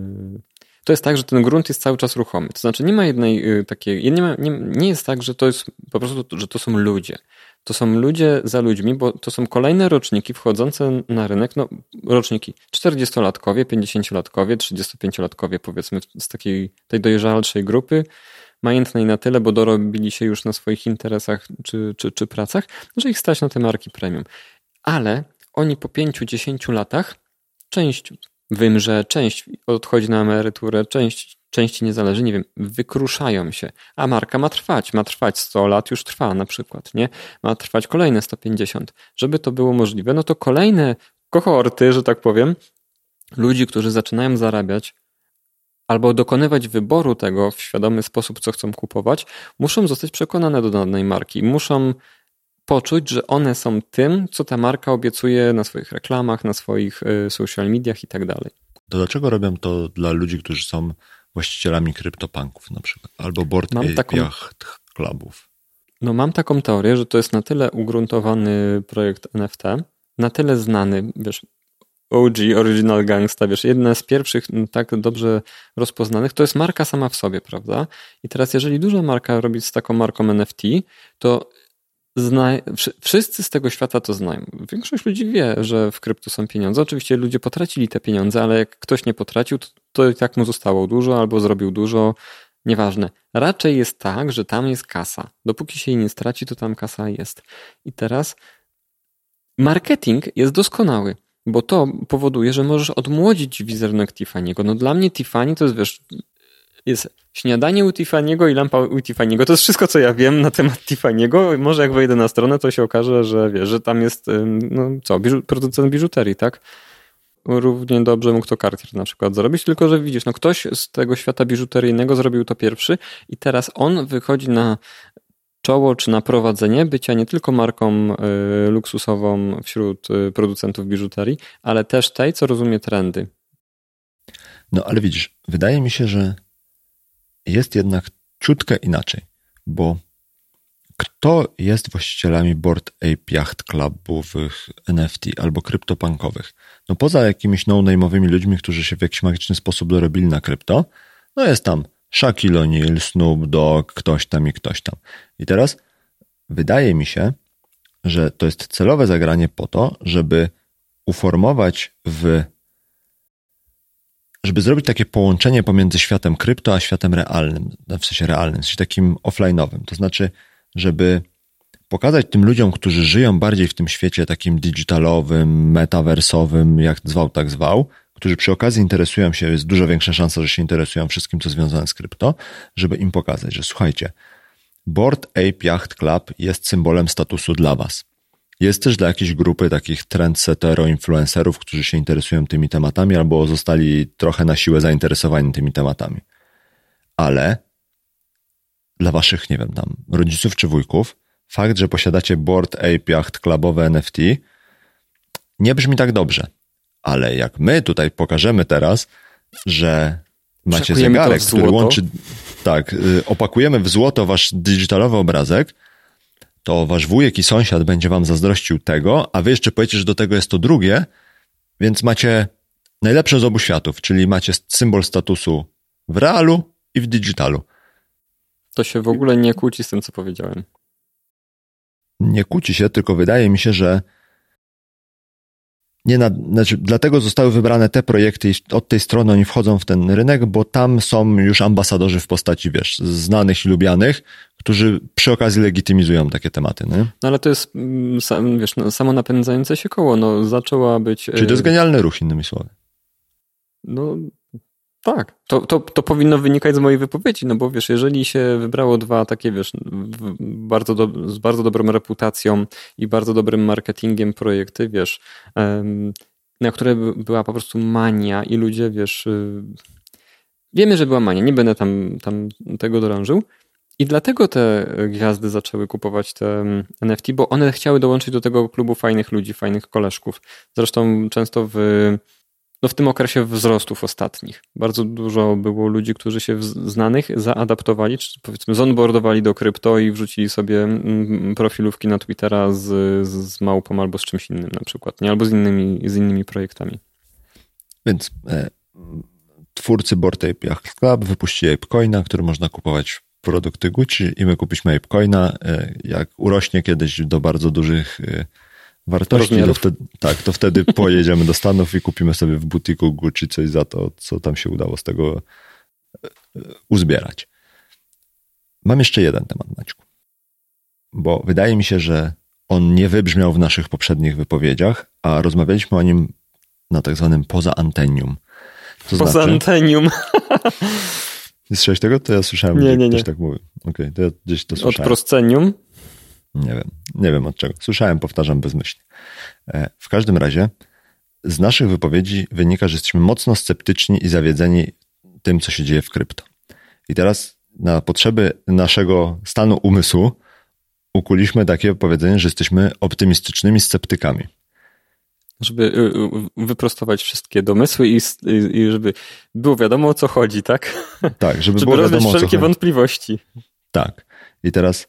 to jest tak, że ten grunt jest cały czas ruchomy. To znaczy nie ma jednej yy, takiej, nie, ma, nie, nie jest tak, że to jest po prostu, że to są ludzie. To są ludzie za ludźmi, bo to są kolejne roczniki wchodzące na rynek, no roczniki czterdziestolatkowie, pięćdziesięciolatkowie, trzydziestopięciolatkowie powiedzmy z takiej tej dojrzalszej grupy, majętnej na tyle, bo dorobili się już na swoich interesach czy, czy, czy pracach, że ich stać na te marki premium. Ale oni po pięciu, dziesięciu latach część wymrze, część odchodzi na emeryturę, część części nie zależy, nie wiem, wykruszają się, a marka ma trwać, ma trwać sto lat, już trwa na przykład, nie? Ma trwać kolejne sto pięćdziesiąt. Żeby to było możliwe, no to kolejne kohorty, że tak powiem, ludzi, którzy zaczynają zarabiać albo dokonywać wyboru tego w świadomy sposób, co chcą kupować, muszą zostać przekonane do danej marki, muszą poczuć, że one są tym, co ta marka obiecuje na swoich reklamach, na swoich social mediach i tak dalej. To dlaczego robią to dla ludzi, którzy są właścicielami kryptopunków na przykład, albo Bored Ape taką... Yacht Clubów? No mam taką teorię, że to jest na tyle ugruntowany projekt N F T, na tyle znany, wiesz, O G, Original Gangsta, wiesz, jedna z pierwszych tak dobrze rozpoznanych, to jest marka sama w sobie, prawda? I teraz jeżeli duża marka robi z taką marką N F T, to Zna... wszyscy z tego świata to znają. Większość ludzi wie, że w krypto są pieniądze. Oczywiście ludzie potracili te pieniądze, ale jak ktoś nie potracił, to, to i tak mu zostało dużo albo zrobił dużo. Nieważne. Raczej jest tak, że tam jest kasa. Dopóki się jej nie straci, to tam kasa jest. I teraz marketing jest doskonały, bo to powoduje, że możesz odmłodzić wizerunek Tiffany'ego. No dla mnie Tiffany to jest, wiesz, jest śniadanie u Tiffany'ego i lampa u Tiffany'ego. To jest wszystko, co ja wiem na temat Tiffany'ego. Może jak wejdę na stronę, to się okaże, że wiesz, że tam jest, no co, biżu, producent biżuterii, tak? Równie dobrze mógł to Cartier na przykład zrobić, tylko że widzisz, no ktoś z tego świata biżuteryjnego zrobił to pierwszy i teraz on wychodzi na czoło czy na prowadzenie bycia nie tylko marką y, luksusową wśród y, producentów biżuterii, ale też tej, co rozumie trendy. No ale widzisz, wydaje mi się, że jest jednak ciutkę inaczej, bo kto jest właścicielami Bored Ape Yacht Clubowych N F T albo kryptopunkowych? No poza jakimiś no-name'owymi ludźmi, którzy się w jakiś magiczny sposób dorobili na krypto, no jest tam Shaquille O'Neal, Snoop Dogg, ktoś tam i ktoś tam. I teraz wydaje mi się, że to jest celowe zagranie po to, żeby uformować w żeby zrobić takie połączenie pomiędzy światem krypto a światem realnym, w sensie realnym, w sensie takim offline'owym. To znaczy, żeby pokazać tym ludziom, którzy żyją bardziej w tym świecie takim digitalowym, metaversowym, jak zwał, tak zwał, którzy przy okazji interesują się, jest dużo większa szansa, że się interesują wszystkim, co związane z krypto, żeby im pokazać, że słuchajcie, Bored Ape Yacht Club jest symbolem statusu dla was. Jest też dla jakiejś grupy takich trendsettero-influencerów, którzy się interesują tymi tematami albo zostali trochę na siłę zainteresowani tymi tematami. Ale dla waszych, nie wiem, tam rodziców czy wujków, fakt, że posiadacie Bored Ape Yacht Clubowe N F T nie brzmi tak dobrze. Ale jak my tutaj pokażemy teraz, że macie Przekujemy zegarek, który łączy, tak, opakujemy w złoto wasz digitalowy obrazek, to wasz wujek i sąsiad będzie wam zazdrościł tego, a wy jeszcze powiecie, że do tego jest to drugie, więc macie najlepsze z obu światów, czyli macie symbol statusu w realu i w digitalu. To się w ogóle nie kłóci z tym, co powiedziałem. Nie kłóci się, tylko wydaje mi się, że nie na, znaczy, dlatego zostały wybrane te projekty i od tej strony oni wchodzą w ten rynek, bo tam są już ambasadorzy w postaci, wiesz, znanych i lubianych, którzy przy okazji legitymizują takie tematy. Nie? No ale to jest, wiesz, no, samo napędzające się koło. No, zaczęła być... Czyli to jest genialny ruch, innymi słowy. No tak, to, to, to powinno wynikać z mojej wypowiedzi, no bo wiesz, jeżeli się wybrało dwa takie, wiesz, bardzo do, z bardzo dobrą reputacją i bardzo dobrym marketingiem projekty, wiesz, na które była po prostu mania i ludzie, wiesz, wiemy, że była mania, nie będę tam, tam tego dorążył i dlatego te gwiazdy zaczęły kupować te N F T, bo one chciały dołączyć do tego klubu fajnych ludzi, fajnych koleżków. Zresztą często w No w tym okresie wzrostów ostatnich. Bardzo dużo było ludzi, którzy się znanych zaadaptowali, czy powiedzmy zonboardowali do krypto i wrzucili sobie profilówki na Twittera z, z małpą albo z czymś innym na przykład, nie? Albo z innymi, z innymi projektami. Więc e, twórcy Bored Ape Yacht Club wypuścili ApeCoina, który można kupować produkty Gucci i my kupiliśmy ApeCoina. E, jak urośnie kiedyś do bardzo dużych e, wartości, to wtedy, tak, to wtedy pojedziemy do Stanów i kupimy sobie w butiku Gucci coś za to, co tam się udało z tego uzbierać. Mam jeszcze jeden temat, Maćku, bo wydaje mi się, że on nie wybrzmiał w naszych poprzednich wypowiedziach, a rozmawialiśmy o nim na tak zwanym poza antenium. To poza znaczy, antenium. Nie słyszałeś tego? To ja słyszałem, nie, nie, ktoś nie. tak mówił. Okej, okay, to ja gdzieś to słyszałem. Od proscenium? Nie wiem, nie wiem od czego. Słyszałem, powtarzam bezmyślnie. W każdym razie z naszych wypowiedzi wynika, że jesteśmy mocno sceptyczni i zawiedzeni tym, co się dzieje w krypto. I teraz na potrzeby naszego stanu umysłu ukuliśmy takie powiedzenie, że jesteśmy optymistycznymi sceptykami. Żeby wyprostować wszystkie domysły i, i żeby było wiadomo, o co chodzi, tak? Tak, żeby, żeby było wiadomo, o co chodzi. wszelkie wątpliwości. Tak. I teraz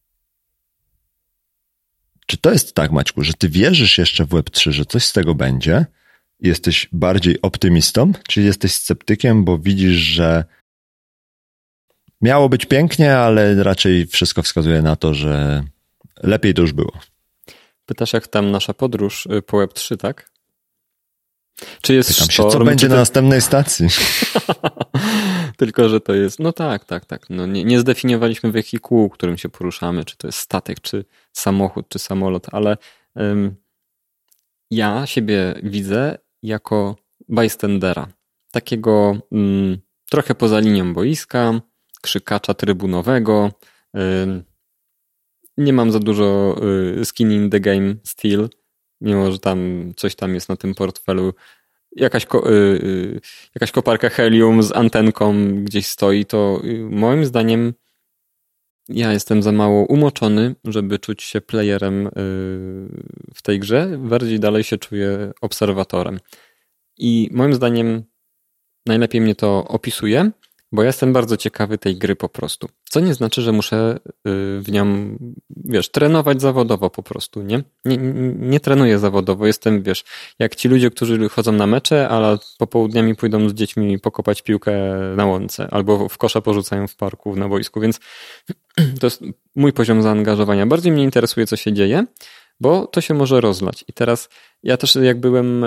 czy to jest tak, Maćku, że ty wierzysz jeszcze w Web trzy, że coś z tego będzie? Jesteś bardziej optymistą, czy jesteś sceptykiem, bo widzisz, że miało być pięknie, ale raczej wszystko wskazuje na to, że lepiej to już było. Pytasz, jak tam nasza podróż po Web trzy, tak? Czy jest Pytam sztorm, się, co będzie to... na następnej stacji? Tylko, że to jest, no tak, tak, tak. No nie, nie zdefiniowaliśmy wehikułu, którym się poruszamy, czy to jest statek, czy samochód, czy samolot, ale um, ja siebie widzę jako bystandera. Takiego um, trochę poza linią boiska, krzykacza trybunowego. Um, nie mam za dużo um, skin in the game still, mimo że tam coś tam jest na tym portfelu. Jakaś, ko, yy, jakaś koparka helium z antenką gdzieś stoi, to yy, moim zdaniem ja jestem za mało umoczony, żeby czuć się playerem yy, w tej grze. Bardziej dalej się czuję obserwatorem. I moim zdaniem najlepiej mnie to opisuje, bo ja jestem bardzo ciekawy tej gry po prostu. Co nie znaczy, że muszę w nią, wiesz, trenować zawodowo po prostu, nie? Nie, nie, nie trenuję zawodowo, jestem, wiesz, jak ci ludzie, którzy chodzą na mecze, ale popołudniami pójdą z dziećmi pokopać piłkę na łące, albo w kosza porzucają w parku, na boisku, więc to jest mój poziom zaangażowania. Bardziej mnie interesuje, co się dzieje, bo to się może rozlać. I teraz ja też jak byłem,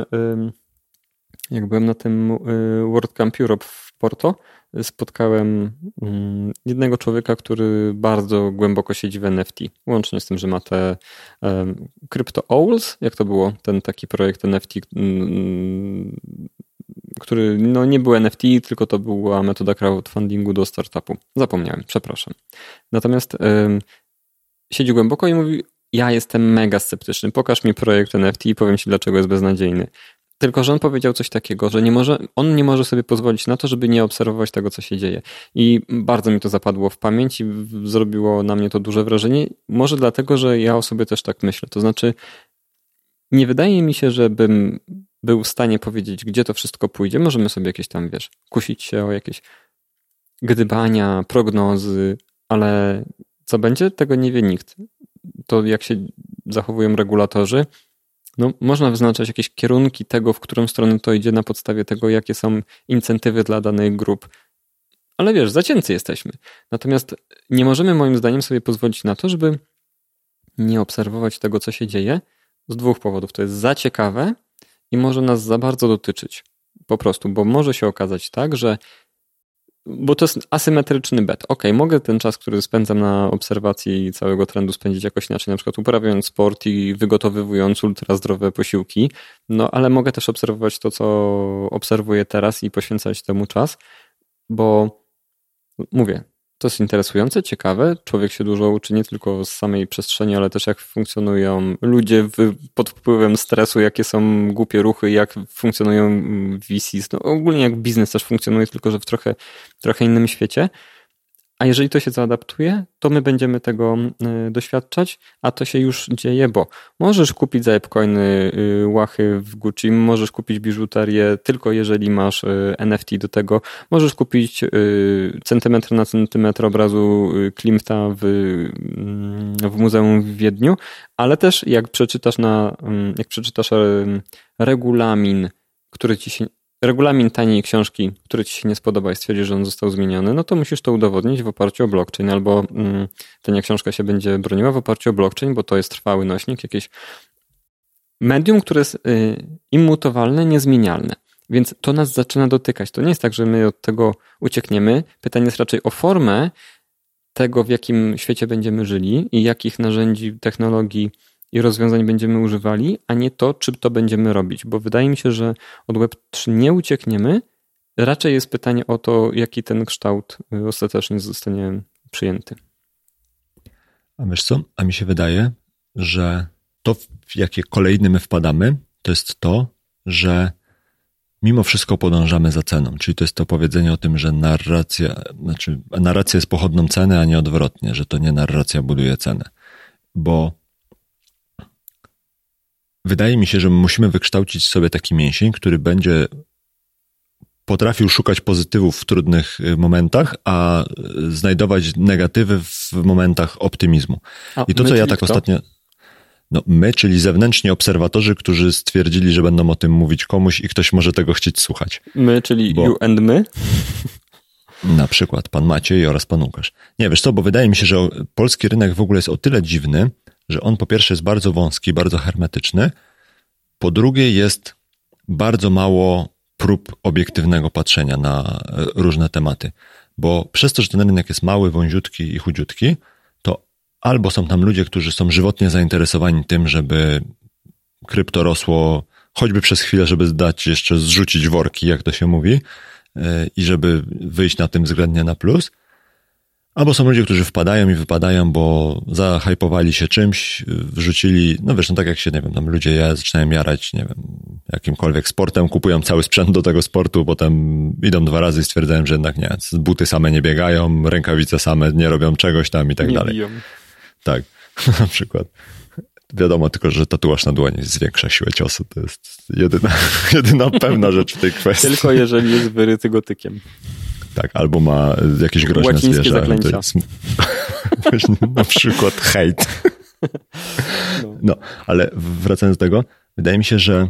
jak byłem na tym World Camp Europe w Porto, spotkałem jednego człowieka, który bardzo głęboko siedzi w N F T. Łącznie z tym, że ma te um, Crypto Owls, jak to było? Ten taki projekt N F T, um, który no nie był N F T, tylko to była metoda crowdfundingu do startupu. Zapomniałem, przepraszam. Natomiast um, siedzi głęboko i mówi, ja jestem mega sceptyczny, pokaż mi projekt N F T i powiem ci, dlaczego jest beznadziejny. Tylko że on powiedział coś takiego, że nie może, on nie może sobie pozwolić na to, żeby nie obserwować tego, co się dzieje. I bardzo mi to zapadło w pamięć i zrobiło na mnie to duże wrażenie. Może dlatego, że ja o sobie też tak myślę. To znaczy, nie wydaje mi się, żebym był w stanie powiedzieć, gdzie to wszystko pójdzie. Możemy sobie jakieś tam, wiesz, kusić się o jakieś gdybania, prognozy, ale co będzie, tego nie wie nikt. To jak się zachowują regulatorzy, no, można wyznaczać jakieś kierunki tego, w którą stronę to idzie na podstawie tego, jakie są incentywy dla danych grup. Ale wiesz, zacięcy jesteśmy. Natomiast nie możemy moim zdaniem sobie pozwolić na to, żeby nie obserwować tego, co się dzieje z dwóch powodów. To jest za ciekawe i może nas za bardzo dotyczyć. Po prostu, bo może się okazać tak, że bo to jest asymetryczny bet. Ok, mogę ten czas, który spędzam na obserwacji całego trendu spędzić jakoś inaczej, na przykład uprawiając sport i wygotowywując ultrazdrowe posiłki, no ale mogę też obserwować to, co obserwuję teraz i poświęcać temu czas, bo mówię, to jest interesujące, ciekawe, człowiek się dużo uczy nie tylko z samej przestrzeni, ale też jak funkcjonują ludzie w, pod wpływem stresu, jakie są głupie ruchy, jak funkcjonują V Cs, no ogólnie jak biznes też funkcjonuje, tylko że w trochę, trochę innym świecie. A jeżeli to się zaadaptuje, to my będziemy tego doświadczać, a to się już dzieje, bo możesz kupić za ApeCoiny łachy w Gucci, możesz kupić biżuterię tylko jeżeli masz N F T do tego, możesz kupić centymetr na centymetr obrazu Klimta w, w muzeum w Wiedniu, ale też jak przeczytasz na, jak przeczytasz regulamin, który ci się regulamin taniej książki, który ci się nie spodoba i stwierdzi, że on został zmieniony, no to musisz to udowodnić w oparciu o blockchain, albo mm, tania książka się będzie broniła w oparciu o blockchain, bo to jest trwały nośnik, jakieś medium, które jest y, immutowalne, niezmienialne. Więc to nas zaczyna dotykać. To nie jest tak, że my od tego uciekniemy. Pytanie jest raczej o formę tego, w jakim świecie będziemy żyli i jakich narzędzi, technologii i rozwiązań będziemy używali, a nie to, czy to będziemy robić. Bo wydaje mi się, że od web trzy nie uciekniemy. Raczej jest pytanie o to, jaki ten kształt ostatecznie zostanie przyjęty. A wiesz co? A mi się wydaje, że to, w jakie kolejny my wpadamy, to jest to, że mimo wszystko podążamy za ceną. Czyli to jest to powiedzenie o tym, że narracja, znaczy narracja jest pochodną ceny, a nie odwrotnie, że to nie narracja buduje cenę. Bo wydaje mi się, że musimy wykształcić sobie taki mięsień, który będzie potrafił szukać pozytywów w trudnych momentach, a znajdować negatywy w momentach optymizmu. A I to, co ja tak kto? ostatnio... No my, czyli zewnętrzni obserwatorzy, którzy stwierdzili, że będą o tym mówić komuś i ktoś może tego chcieć słuchać. My, czyli bo... you and my? Na przykład pan Maciej oraz pan Łukasz. Nie, wiesz co, bo wydaje mi się, że polski rynek w ogóle jest o tyle dziwny, że on po pierwsze jest bardzo wąski, bardzo hermetyczny, po drugie jest bardzo mało prób obiektywnego patrzenia na różne tematy, bo przez to, że ten rynek jest mały, wąziutki i chudziutki, to albo są tam ludzie, którzy są żywotnie zainteresowani tym, żeby krypto rosło choćby przez chwilę, żeby dać jeszcze zrzucić worki, jak to się mówi, i żeby wyjść na tym względnie na plus, albo są ludzie, którzy wpadają i wypadają, bo zahajpowali się czymś, wrzucili, no wiesz, no tak jak się, nie wiem, tam ludzie ja zaczynają jarać, nie wiem, jakimkolwiek sportem, kupują cały sprzęt do tego sportu, potem idą dwa razy i stwierdzają, że jednak nie, buty same nie biegają, rękawice same nie robią czegoś tam i tak nie dalej. Biją. Tak, na przykład. wiadomo tylko, że tatuaż na dłoni zwiększa siłę ciosu. To jest jedyna, jedyna pewna rzecz w tej kwestii. Tylko jeżeli jest wyryty gotykiem. Tak, albo ma jakieś groźne łacińskie zwierzę. zaklęcia. To jest, na przykład hejt. No. no, ale wracając do tego, wydaje mi się, że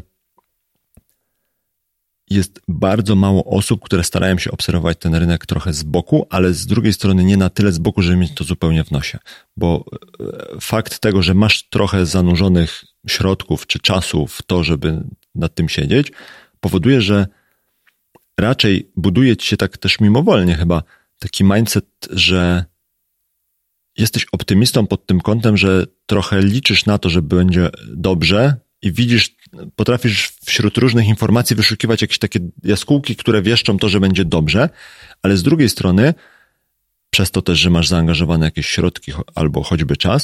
jest bardzo mało osób, które starają się obserwować ten rynek trochę z boku, ale z drugiej strony nie na tyle z boku, żeby mieć to zupełnie w nosie. Bo fakt tego, że masz trochę zanurzonych środków czy czasu w to, żeby nad tym siedzieć, powoduje, że raczej buduje ci się tak też mimowolnie chyba taki mindset, że jesteś optymistą pod tym kątem, że trochę liczysz na to, że będzie dobrze i widzisz, potrafisz wśród różnych informacji wyszukiwać jakieś takie jaskółki, które wieszczą to, że będzie dobrze, ale z drugiej strony, przez to też, że masz zaangażowane jakieś środki albo choćby czas,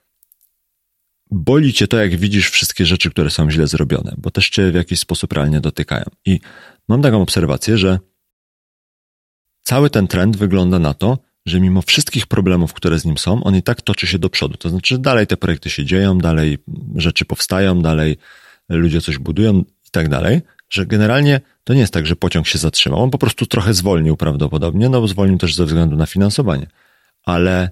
boli cię to, jak widzisz wszystkie rzeczy, które są źle zrobione, bo też cię w jakiś sposób realnie dotykają. I mam taką obserwację, że cały ten trend wygląda na to, że mimo wszystkich problemów, które z nim są, on i tak toczy się do przodu. To znaczy, że dalej te projekty się dzieją, dalej rzeczy powstają, dalej ludzie coś budują i tak dalej, że generalnie to nie jest tak, że pociąg się zatrzymał. On po prostu trochę zwolnił prawdopodobnie, no bo zwolnił też ze względu na finansowanie. Ale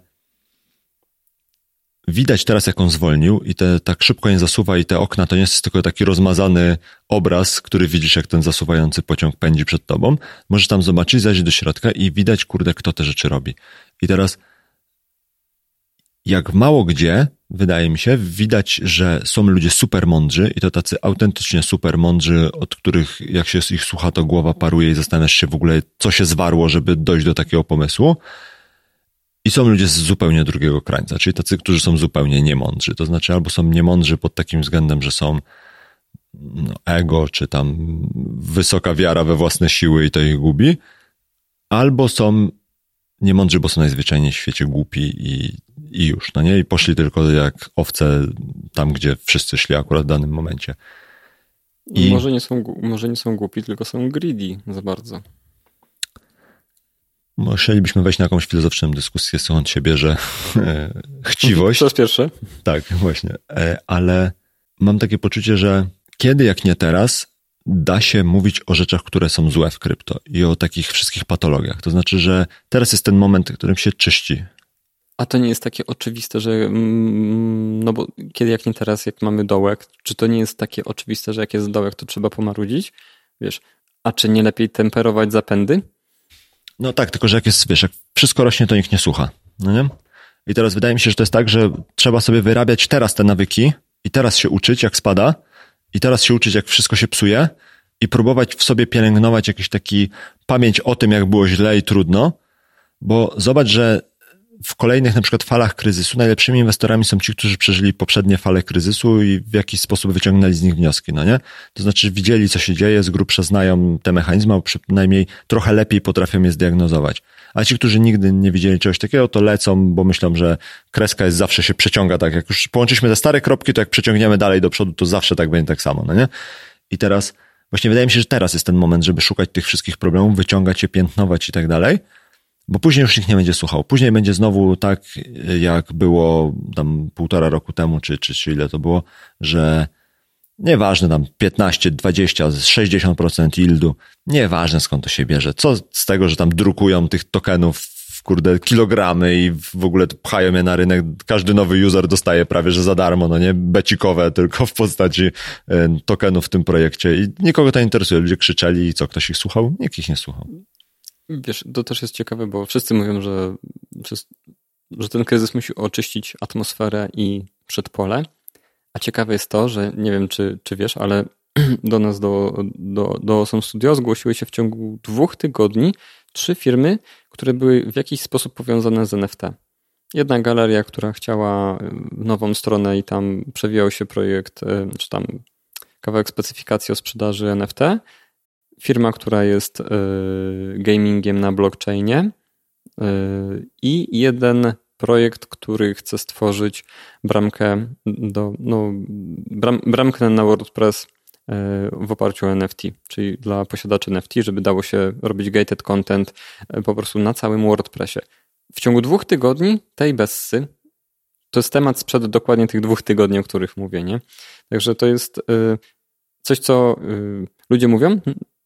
widać teraz, jak on zwolnił i te, tak szybko nie zasuwa i te okna to nie jest tylko taki rozmazany obraz, który widzisz, jak ten zasuwający pociąg pędzi przed tobą. Możesz tam zobaczyć, zajść do środka i widać, kurde, kto te rzeczy robi. I teraz jak mało gdzie, wydaje mi się, widać, że są ludzie super mądrzy i to tacy autentycznie super mądrzy, od których jak się ich słucha, to głowa paruje i zastanawiasz się w ogóle, co się zwarło, żeby dojść do takiego pomysłu. I są ludzie z zupełnie drugiego krańca, czyli tacy, którzy są zupełnie niemądrzy. To znaczy albo są niemądrzy pod takim względem, że są no, ego, czy tam wysoka wiara we własne siły i to ich gubi, albo są niemądrzy, bo są najzwyczajniej w świecie głupi i, i już, no nie? I poszli tylko jak owce tam, gdzie wszyscy szli akurat w danym momencie. I może nie są, może nie są głupi, tylko są greedy za bardzo. Musielibyśmy wejść na jakąś filozoficzną dyskusję, skąd się bierze e, chciwość. To jest pierwsze. Tak, właśnie. E, ale mam takie poczucie, że kiedy, jak nie teraz, da się mówić o rzeczach, które są złe w krypto i o takich wszystkich patologiach. To znaczy, że teraz jest ten moment, w którym się czyści. A to nie jest takie oczywiste, że no bo kiedy, jak nie teraz, jak mamy dołek, czy to nie jest takie oczywiste, że jak jest dołek, to trzeba pomarudzić? Wiesz, a czy nie lepiej temperować zapędy? No tak, tylko że jak jest, wiesz, jak wszystko rośnie, to nikt nie słucha, no nie? I teraz wydaje mi się, że to jest tak, że trzeba sobie wyrabiać teraz te nawyki i teraz się uczyć, jak spada i teraz się uczyć, jak wszystko się psuje i próbować w sobie pielęgnować jakiś taki pamięć o tym, jak było źle i trudno, bo zobacz, że w kolejnych na przykład falach kryzysu najlepszymi inwestorami są ci, którzy przeżyli poprzednie fale kryzysu i w jakiś sposób wyciągnęli z nich wnioski, no nie? To znaczy widzieli, co się dzieje, z grubsza znają te mechanizmy, a przynajmniej trochę lepiej potrafią je zdiagnozować. A ci, którzy nigdy nie widzieli czegoś takiego, to lecą, bo myślą, że kreska jest zawsze się przeciąga tak. Jak już połączyliśmy te stare kropki, to jak przeciągniemy dalej do przodu, to zawsze tak będzie tak samo, no nie? I teraz, właśnie wydaje mi się, że teraz jest ten moment, żeby szukać tych wszystkich problemów, wyciągać je, piętnować i tak dalej. Bo później już nikt nie będzie słuchał. Później będzie znowu tak, jak było tam półtora roku temu, czy, czy, czy ile to było, że nieważne tam piętnaście, dwadzieścia, sześćdziesiąt procent yieldu, nieważne skąd to się bierze. Co z tego, że tam drukują tych tokenów w kurde kilogramy i w ogóle pchają je na rynek. Każdy nowy user dostaje prawie, że za darmo, no nie? Becikowe tylko w postaci tokenów w tym projekcie i nikogo to nie interesuje. Ludzie krzyczeli i co, ktoś ich słuchał? Nikt ich nie słuchał. Wiesz, to też jest ciekawe, bo wszyscy mówią, że, że ten kryzys musi oczyścić atmosferę i przedpole, a ciekawe jest to, że nie wiem, czy, czy wiesz, ale do nas, do, do, do Awesome Studio zgłosiły się w ciągu dwóch tygodni trzy firmy, które były w jakiś sposób powiązane z N F T. Jedna galeria, która chciała nową stronę i tam przewijał się projekt, czy tam kawałek specyfikacji o sprzedaży N F T. Firma, która jest y, gamingiem na blockchainie y, i jeden projekt, który chce stworzyć bramkę do, no, bram, bramkę na WordPress y, w oparciu o N F T, czyli dla posiadaczy N F T, żeby dało się robić gated content y, po prostu na całym WordPressie. W ciągu dwóch tygodni tej bessy to jest temat sprzed dokładnie tych dwóch tygodni, o których mówię, nie? Także to jest coś, co ludzie mówią.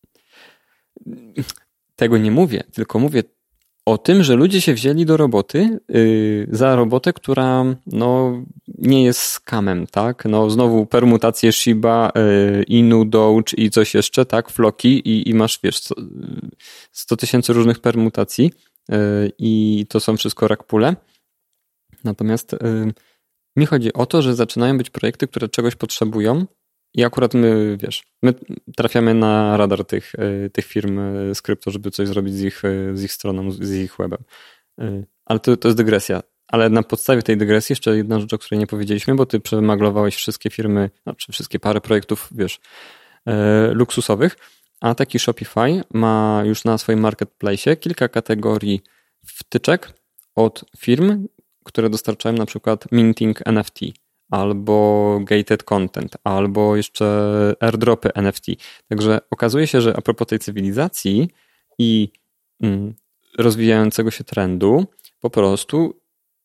Tego nie mówię, tylko mówię o tym, że ludzie się wzięli do roboty yy, za robotę, która no, nie jest skamem, tak? No znowu permutacje Shiba, yy, Inu, Doge i coś jeszcze, tak? Floki i, i masz, wiesz, sto tysięcy różnych permutacji yy, i to są wszystko rug-pulle. Natomiast yy, mi chodzi o to, że zaczynają być projekty, które czegoś potrzebują i akurat my, wiesz, my trafiamy na radar tych, tych firm z krypto, żeby coś zrobić z ich, z ich stroną, z ich webem. Ale to, to jest dygresja. Ale na podstawie tej dygresji jeszcze jedna rzecz, o której nie powiedzieliśmy, bo ty przemaglowałeś wszystkie firmy, znaczy wszystkie parę projektów, wiesz, luksusowych, a taki Shopify ma już na swoim marketplace kilka kategorii wtyczek od firm, które dostarczają na przykład minting N F T, albo gated content, albo jeszcze airdropy N F T. Także okazuje się, że a propos tej cywilizacji i mm, rozwijającego się trendu, po prostu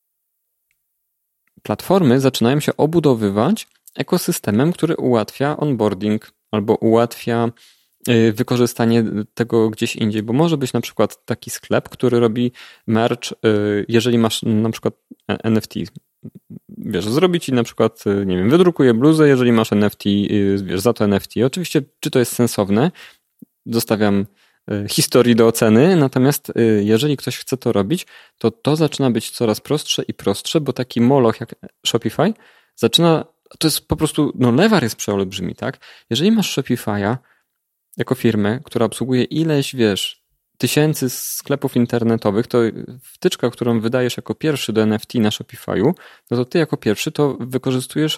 platformy zaczynają się obudowywać ekosystemem, który ułatwia onboarding albo ułatwia y, wykorzystanie tego gdzieś indziej, bo może być na przykład taki sklep, który robi merch, y, jeżeli masz na przykład N F T, wiesz, zrobi ci na przykład, nie wiem, wydrukuje bluzę, jeżeli masz N F T, wiesz, za to N F T. Oczywiście, czy to jest sensowne? Zostawiam historii do oceny, natomiast jeżeli ktoś chce to robić, to to zaczyna być coraz prostsze i prostsze, bo taki moloch jak Shopify zaczyna, to jest po prostu, no lewar jest przeolbrzymi, tak? Jeżeli masz Shopify'a jako firmę, która obsługuje ileś, wiesz, tysięcy sklepów internetowych, to wtyczka, którą wydajesz jako pierwszy do N F T na Shopify'u, no to ty jako pierwszy to wykorzystujesz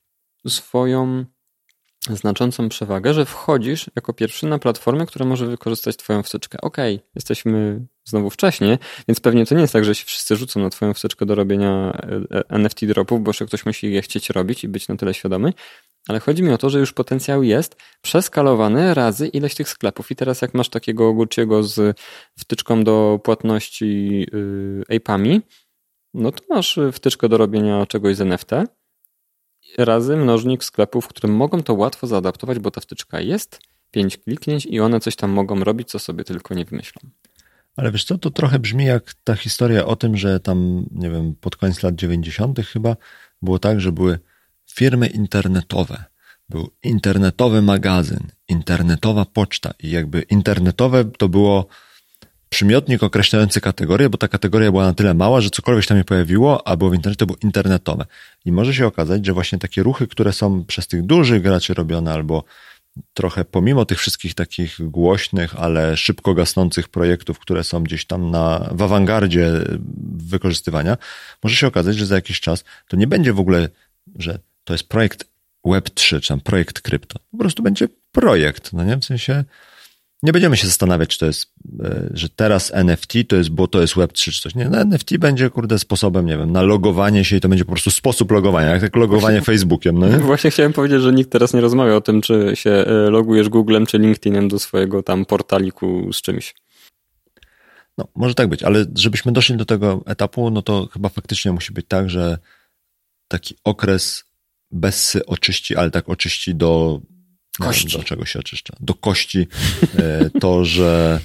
swoją znaczącą przewagę, że wchodzisz jako pierwszy na platformę, która może wykorzystać twoją wtyczkę. Okej, okay, jesteśmy znowu wcześnie, więc pewnie to nie jest tak, że się wszyscy rzucą na twoją wtyczkę do robienia N F T dropów, bo jeszcze ktoś musi je chcieć robić i być na tyle świadomy, ale chodzi mi o to, że już potencjał jest przeskalowany razy ileś tych sklepów i teraz jak masz takiego Gucci'ego z wtyczką do płatności yy, ape'ami, no to masz wtyczkę do robienia czegoś z N F T razy mnożnik sklepów, które mogą to łatwo zaadaptować, bo ta wtyczka jest, pięć kliknięć i one coś tam mogą robić, co sobie tylko nie wymyślą. Ale wiesz co, to trochę brzmi jak ta historia o tym, że tam, nie wiem, pod koniec lat dziewięćdziesiątych chyba było tak, że były firmy internetowe, był internetowy magazyn, internetowa poczta i jakby internetowe to było przymiotnik określający kategorię, bo ta kategoria była na tyle mała, że cokolwiek tam się pojawiło, a było w internecie, to było internetowe. I może się okazać, że właśnie takie ruchy, które są przez tych dużych graczy robione, albo trochę pomimo tych wszystkich takich głośnych, ale szybko gasnących projektów, które są gdzieś tam na, w awangardzie wykorzystywania, może się okazać, że za jakiś czas to nie będzie w ogóle, że to jest projekt web trzy, czy tam projekt krypto. Po prostu będzie projekt, no nie? W sensie nie będziemy się zastanawiać, czy to jest, że teraz N F T to jest, bo to jest web trzy czy coś. Nie, no N F T będzie, kurde, sposobem, nie wiem, na logowanie się i to będzie po prostu sposób logowania, jak tak logowanie Właśnie, Facebookiem, no nie? Właśnie chciałem powiedzieć, że nikt teraz nie rozmawia o tym, czy się logujesz Googlem czy LinkedInem do swojego tam portaliku z czymś. No, może tak być, ale żebyśmy doszli do tego etapu, no to chyba faktycznie musi być tak, że taki okres Bessy oczyści, ale tak oczyści do kości. Wiem, do czego się oczyszcza? Do kości. To, że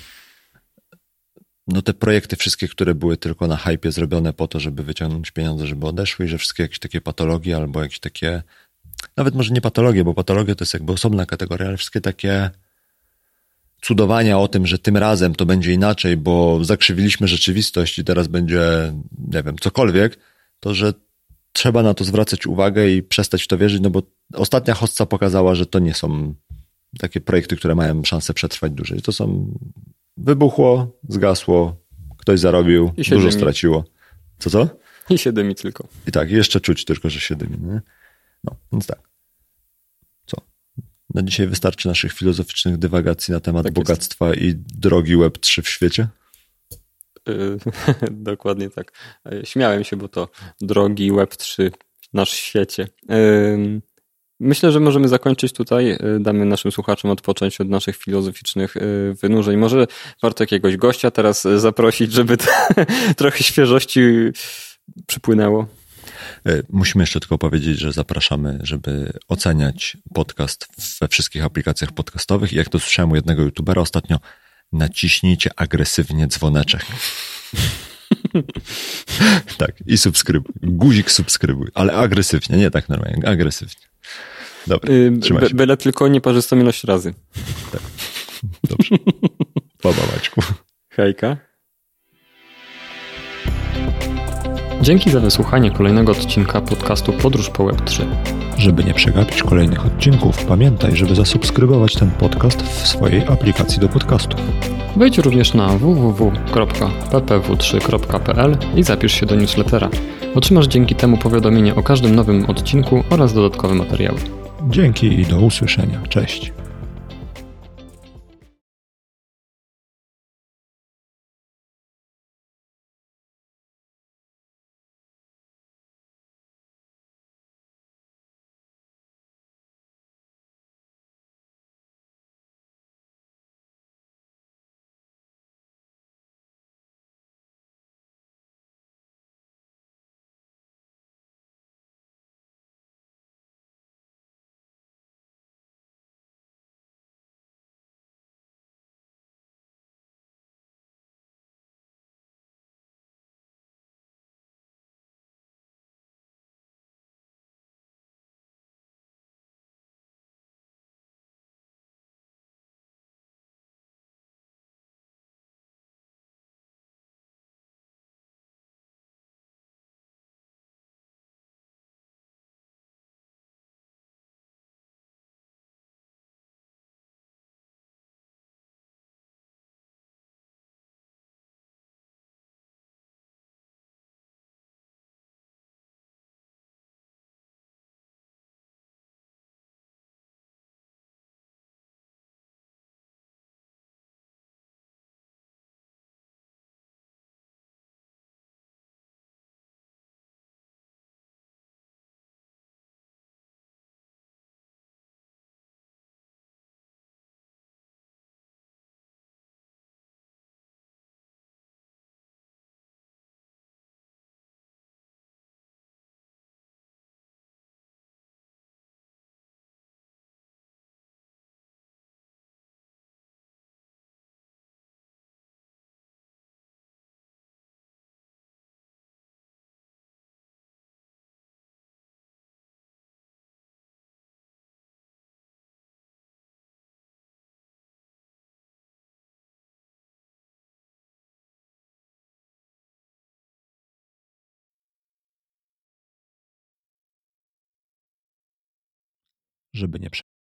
no te projekty wszystkie, które były tylko na hypie zrobione po to, żeby wyciągnąć pieniądze, żeby odeszły i że wszystkie jakieś takie patologie albo jakieś takie, nawet może nie patologie, bo patologie to jest jakby osobna kategoria, ale wszystkie takie cudowania o tym, że tym razem to będzie inaczej, bo zakrzywiliśmy rzeczywistość i teraz będzie, nie wiem, cokolwiek, to, że trzeba na to zwracać uwagę i przestać w to wierzyć, no bo ostatnia hossa pokazała, że to nie są takie projekty, które mają szansę przetrwać dłużej. To są wybuchło, zgasło, ktoś zarobił, dużo dymi. straciło. Co, co? I się dymi tylko. I tak, jeszcze czuć tylko, że się dymi. Nie? No, więc tak. Co? Na dzisiaj wystarczy naszych filozoficznych dywagacji na temat tak bogactwa jest. I drogi web trzy w świecie? Dokładnie tak. Śmiałem się, bo to drogi web trzy w naszym świecie. Myślę, że możemy zakończyć tutaj. Damy naszym słuchaczom odpocząć od naszych filozoficznych wynurzeń. Może warto jakiegoś gościa teraz zaprosić, żeby trochę świeżości przypłynęło. Musimy jeszcze tylko powiedzieć, że zapraszamy, żeby oceniać podcast we wszystkich aplikacjach podcastowych. I jak to słyszałem u jednego youtubera ostatnio, naciśnijcie agresywnie dzwoneczek. Tak, i subskrybuj. Guzik subskrybuj, ale agresywnie, nie tak normalnie, agresywnie. Dobra, trzymaj się. Byle tylko nieparzystą ilość razy. Tak. Dobrze. Baba Maćku. Hejka. Dzięki za wysłuchanie kolejnego odcinka podcastu Podróż po Web trzy. Żeby nie przegapić kolejnych odcinków, pamiętaj, żeby zasubskrybować ten podcast w swojej aplikacji do podcastów. Wejdź również na w w w kropka p p w trzy kropka p l i zapisz się do newslettera. Otrzymasz dzięki temu powiadomienie o każdym nowym odcinku oraz dodatkowe materiały. Dzięki i do usłyszenia. Cześć. Żeby nie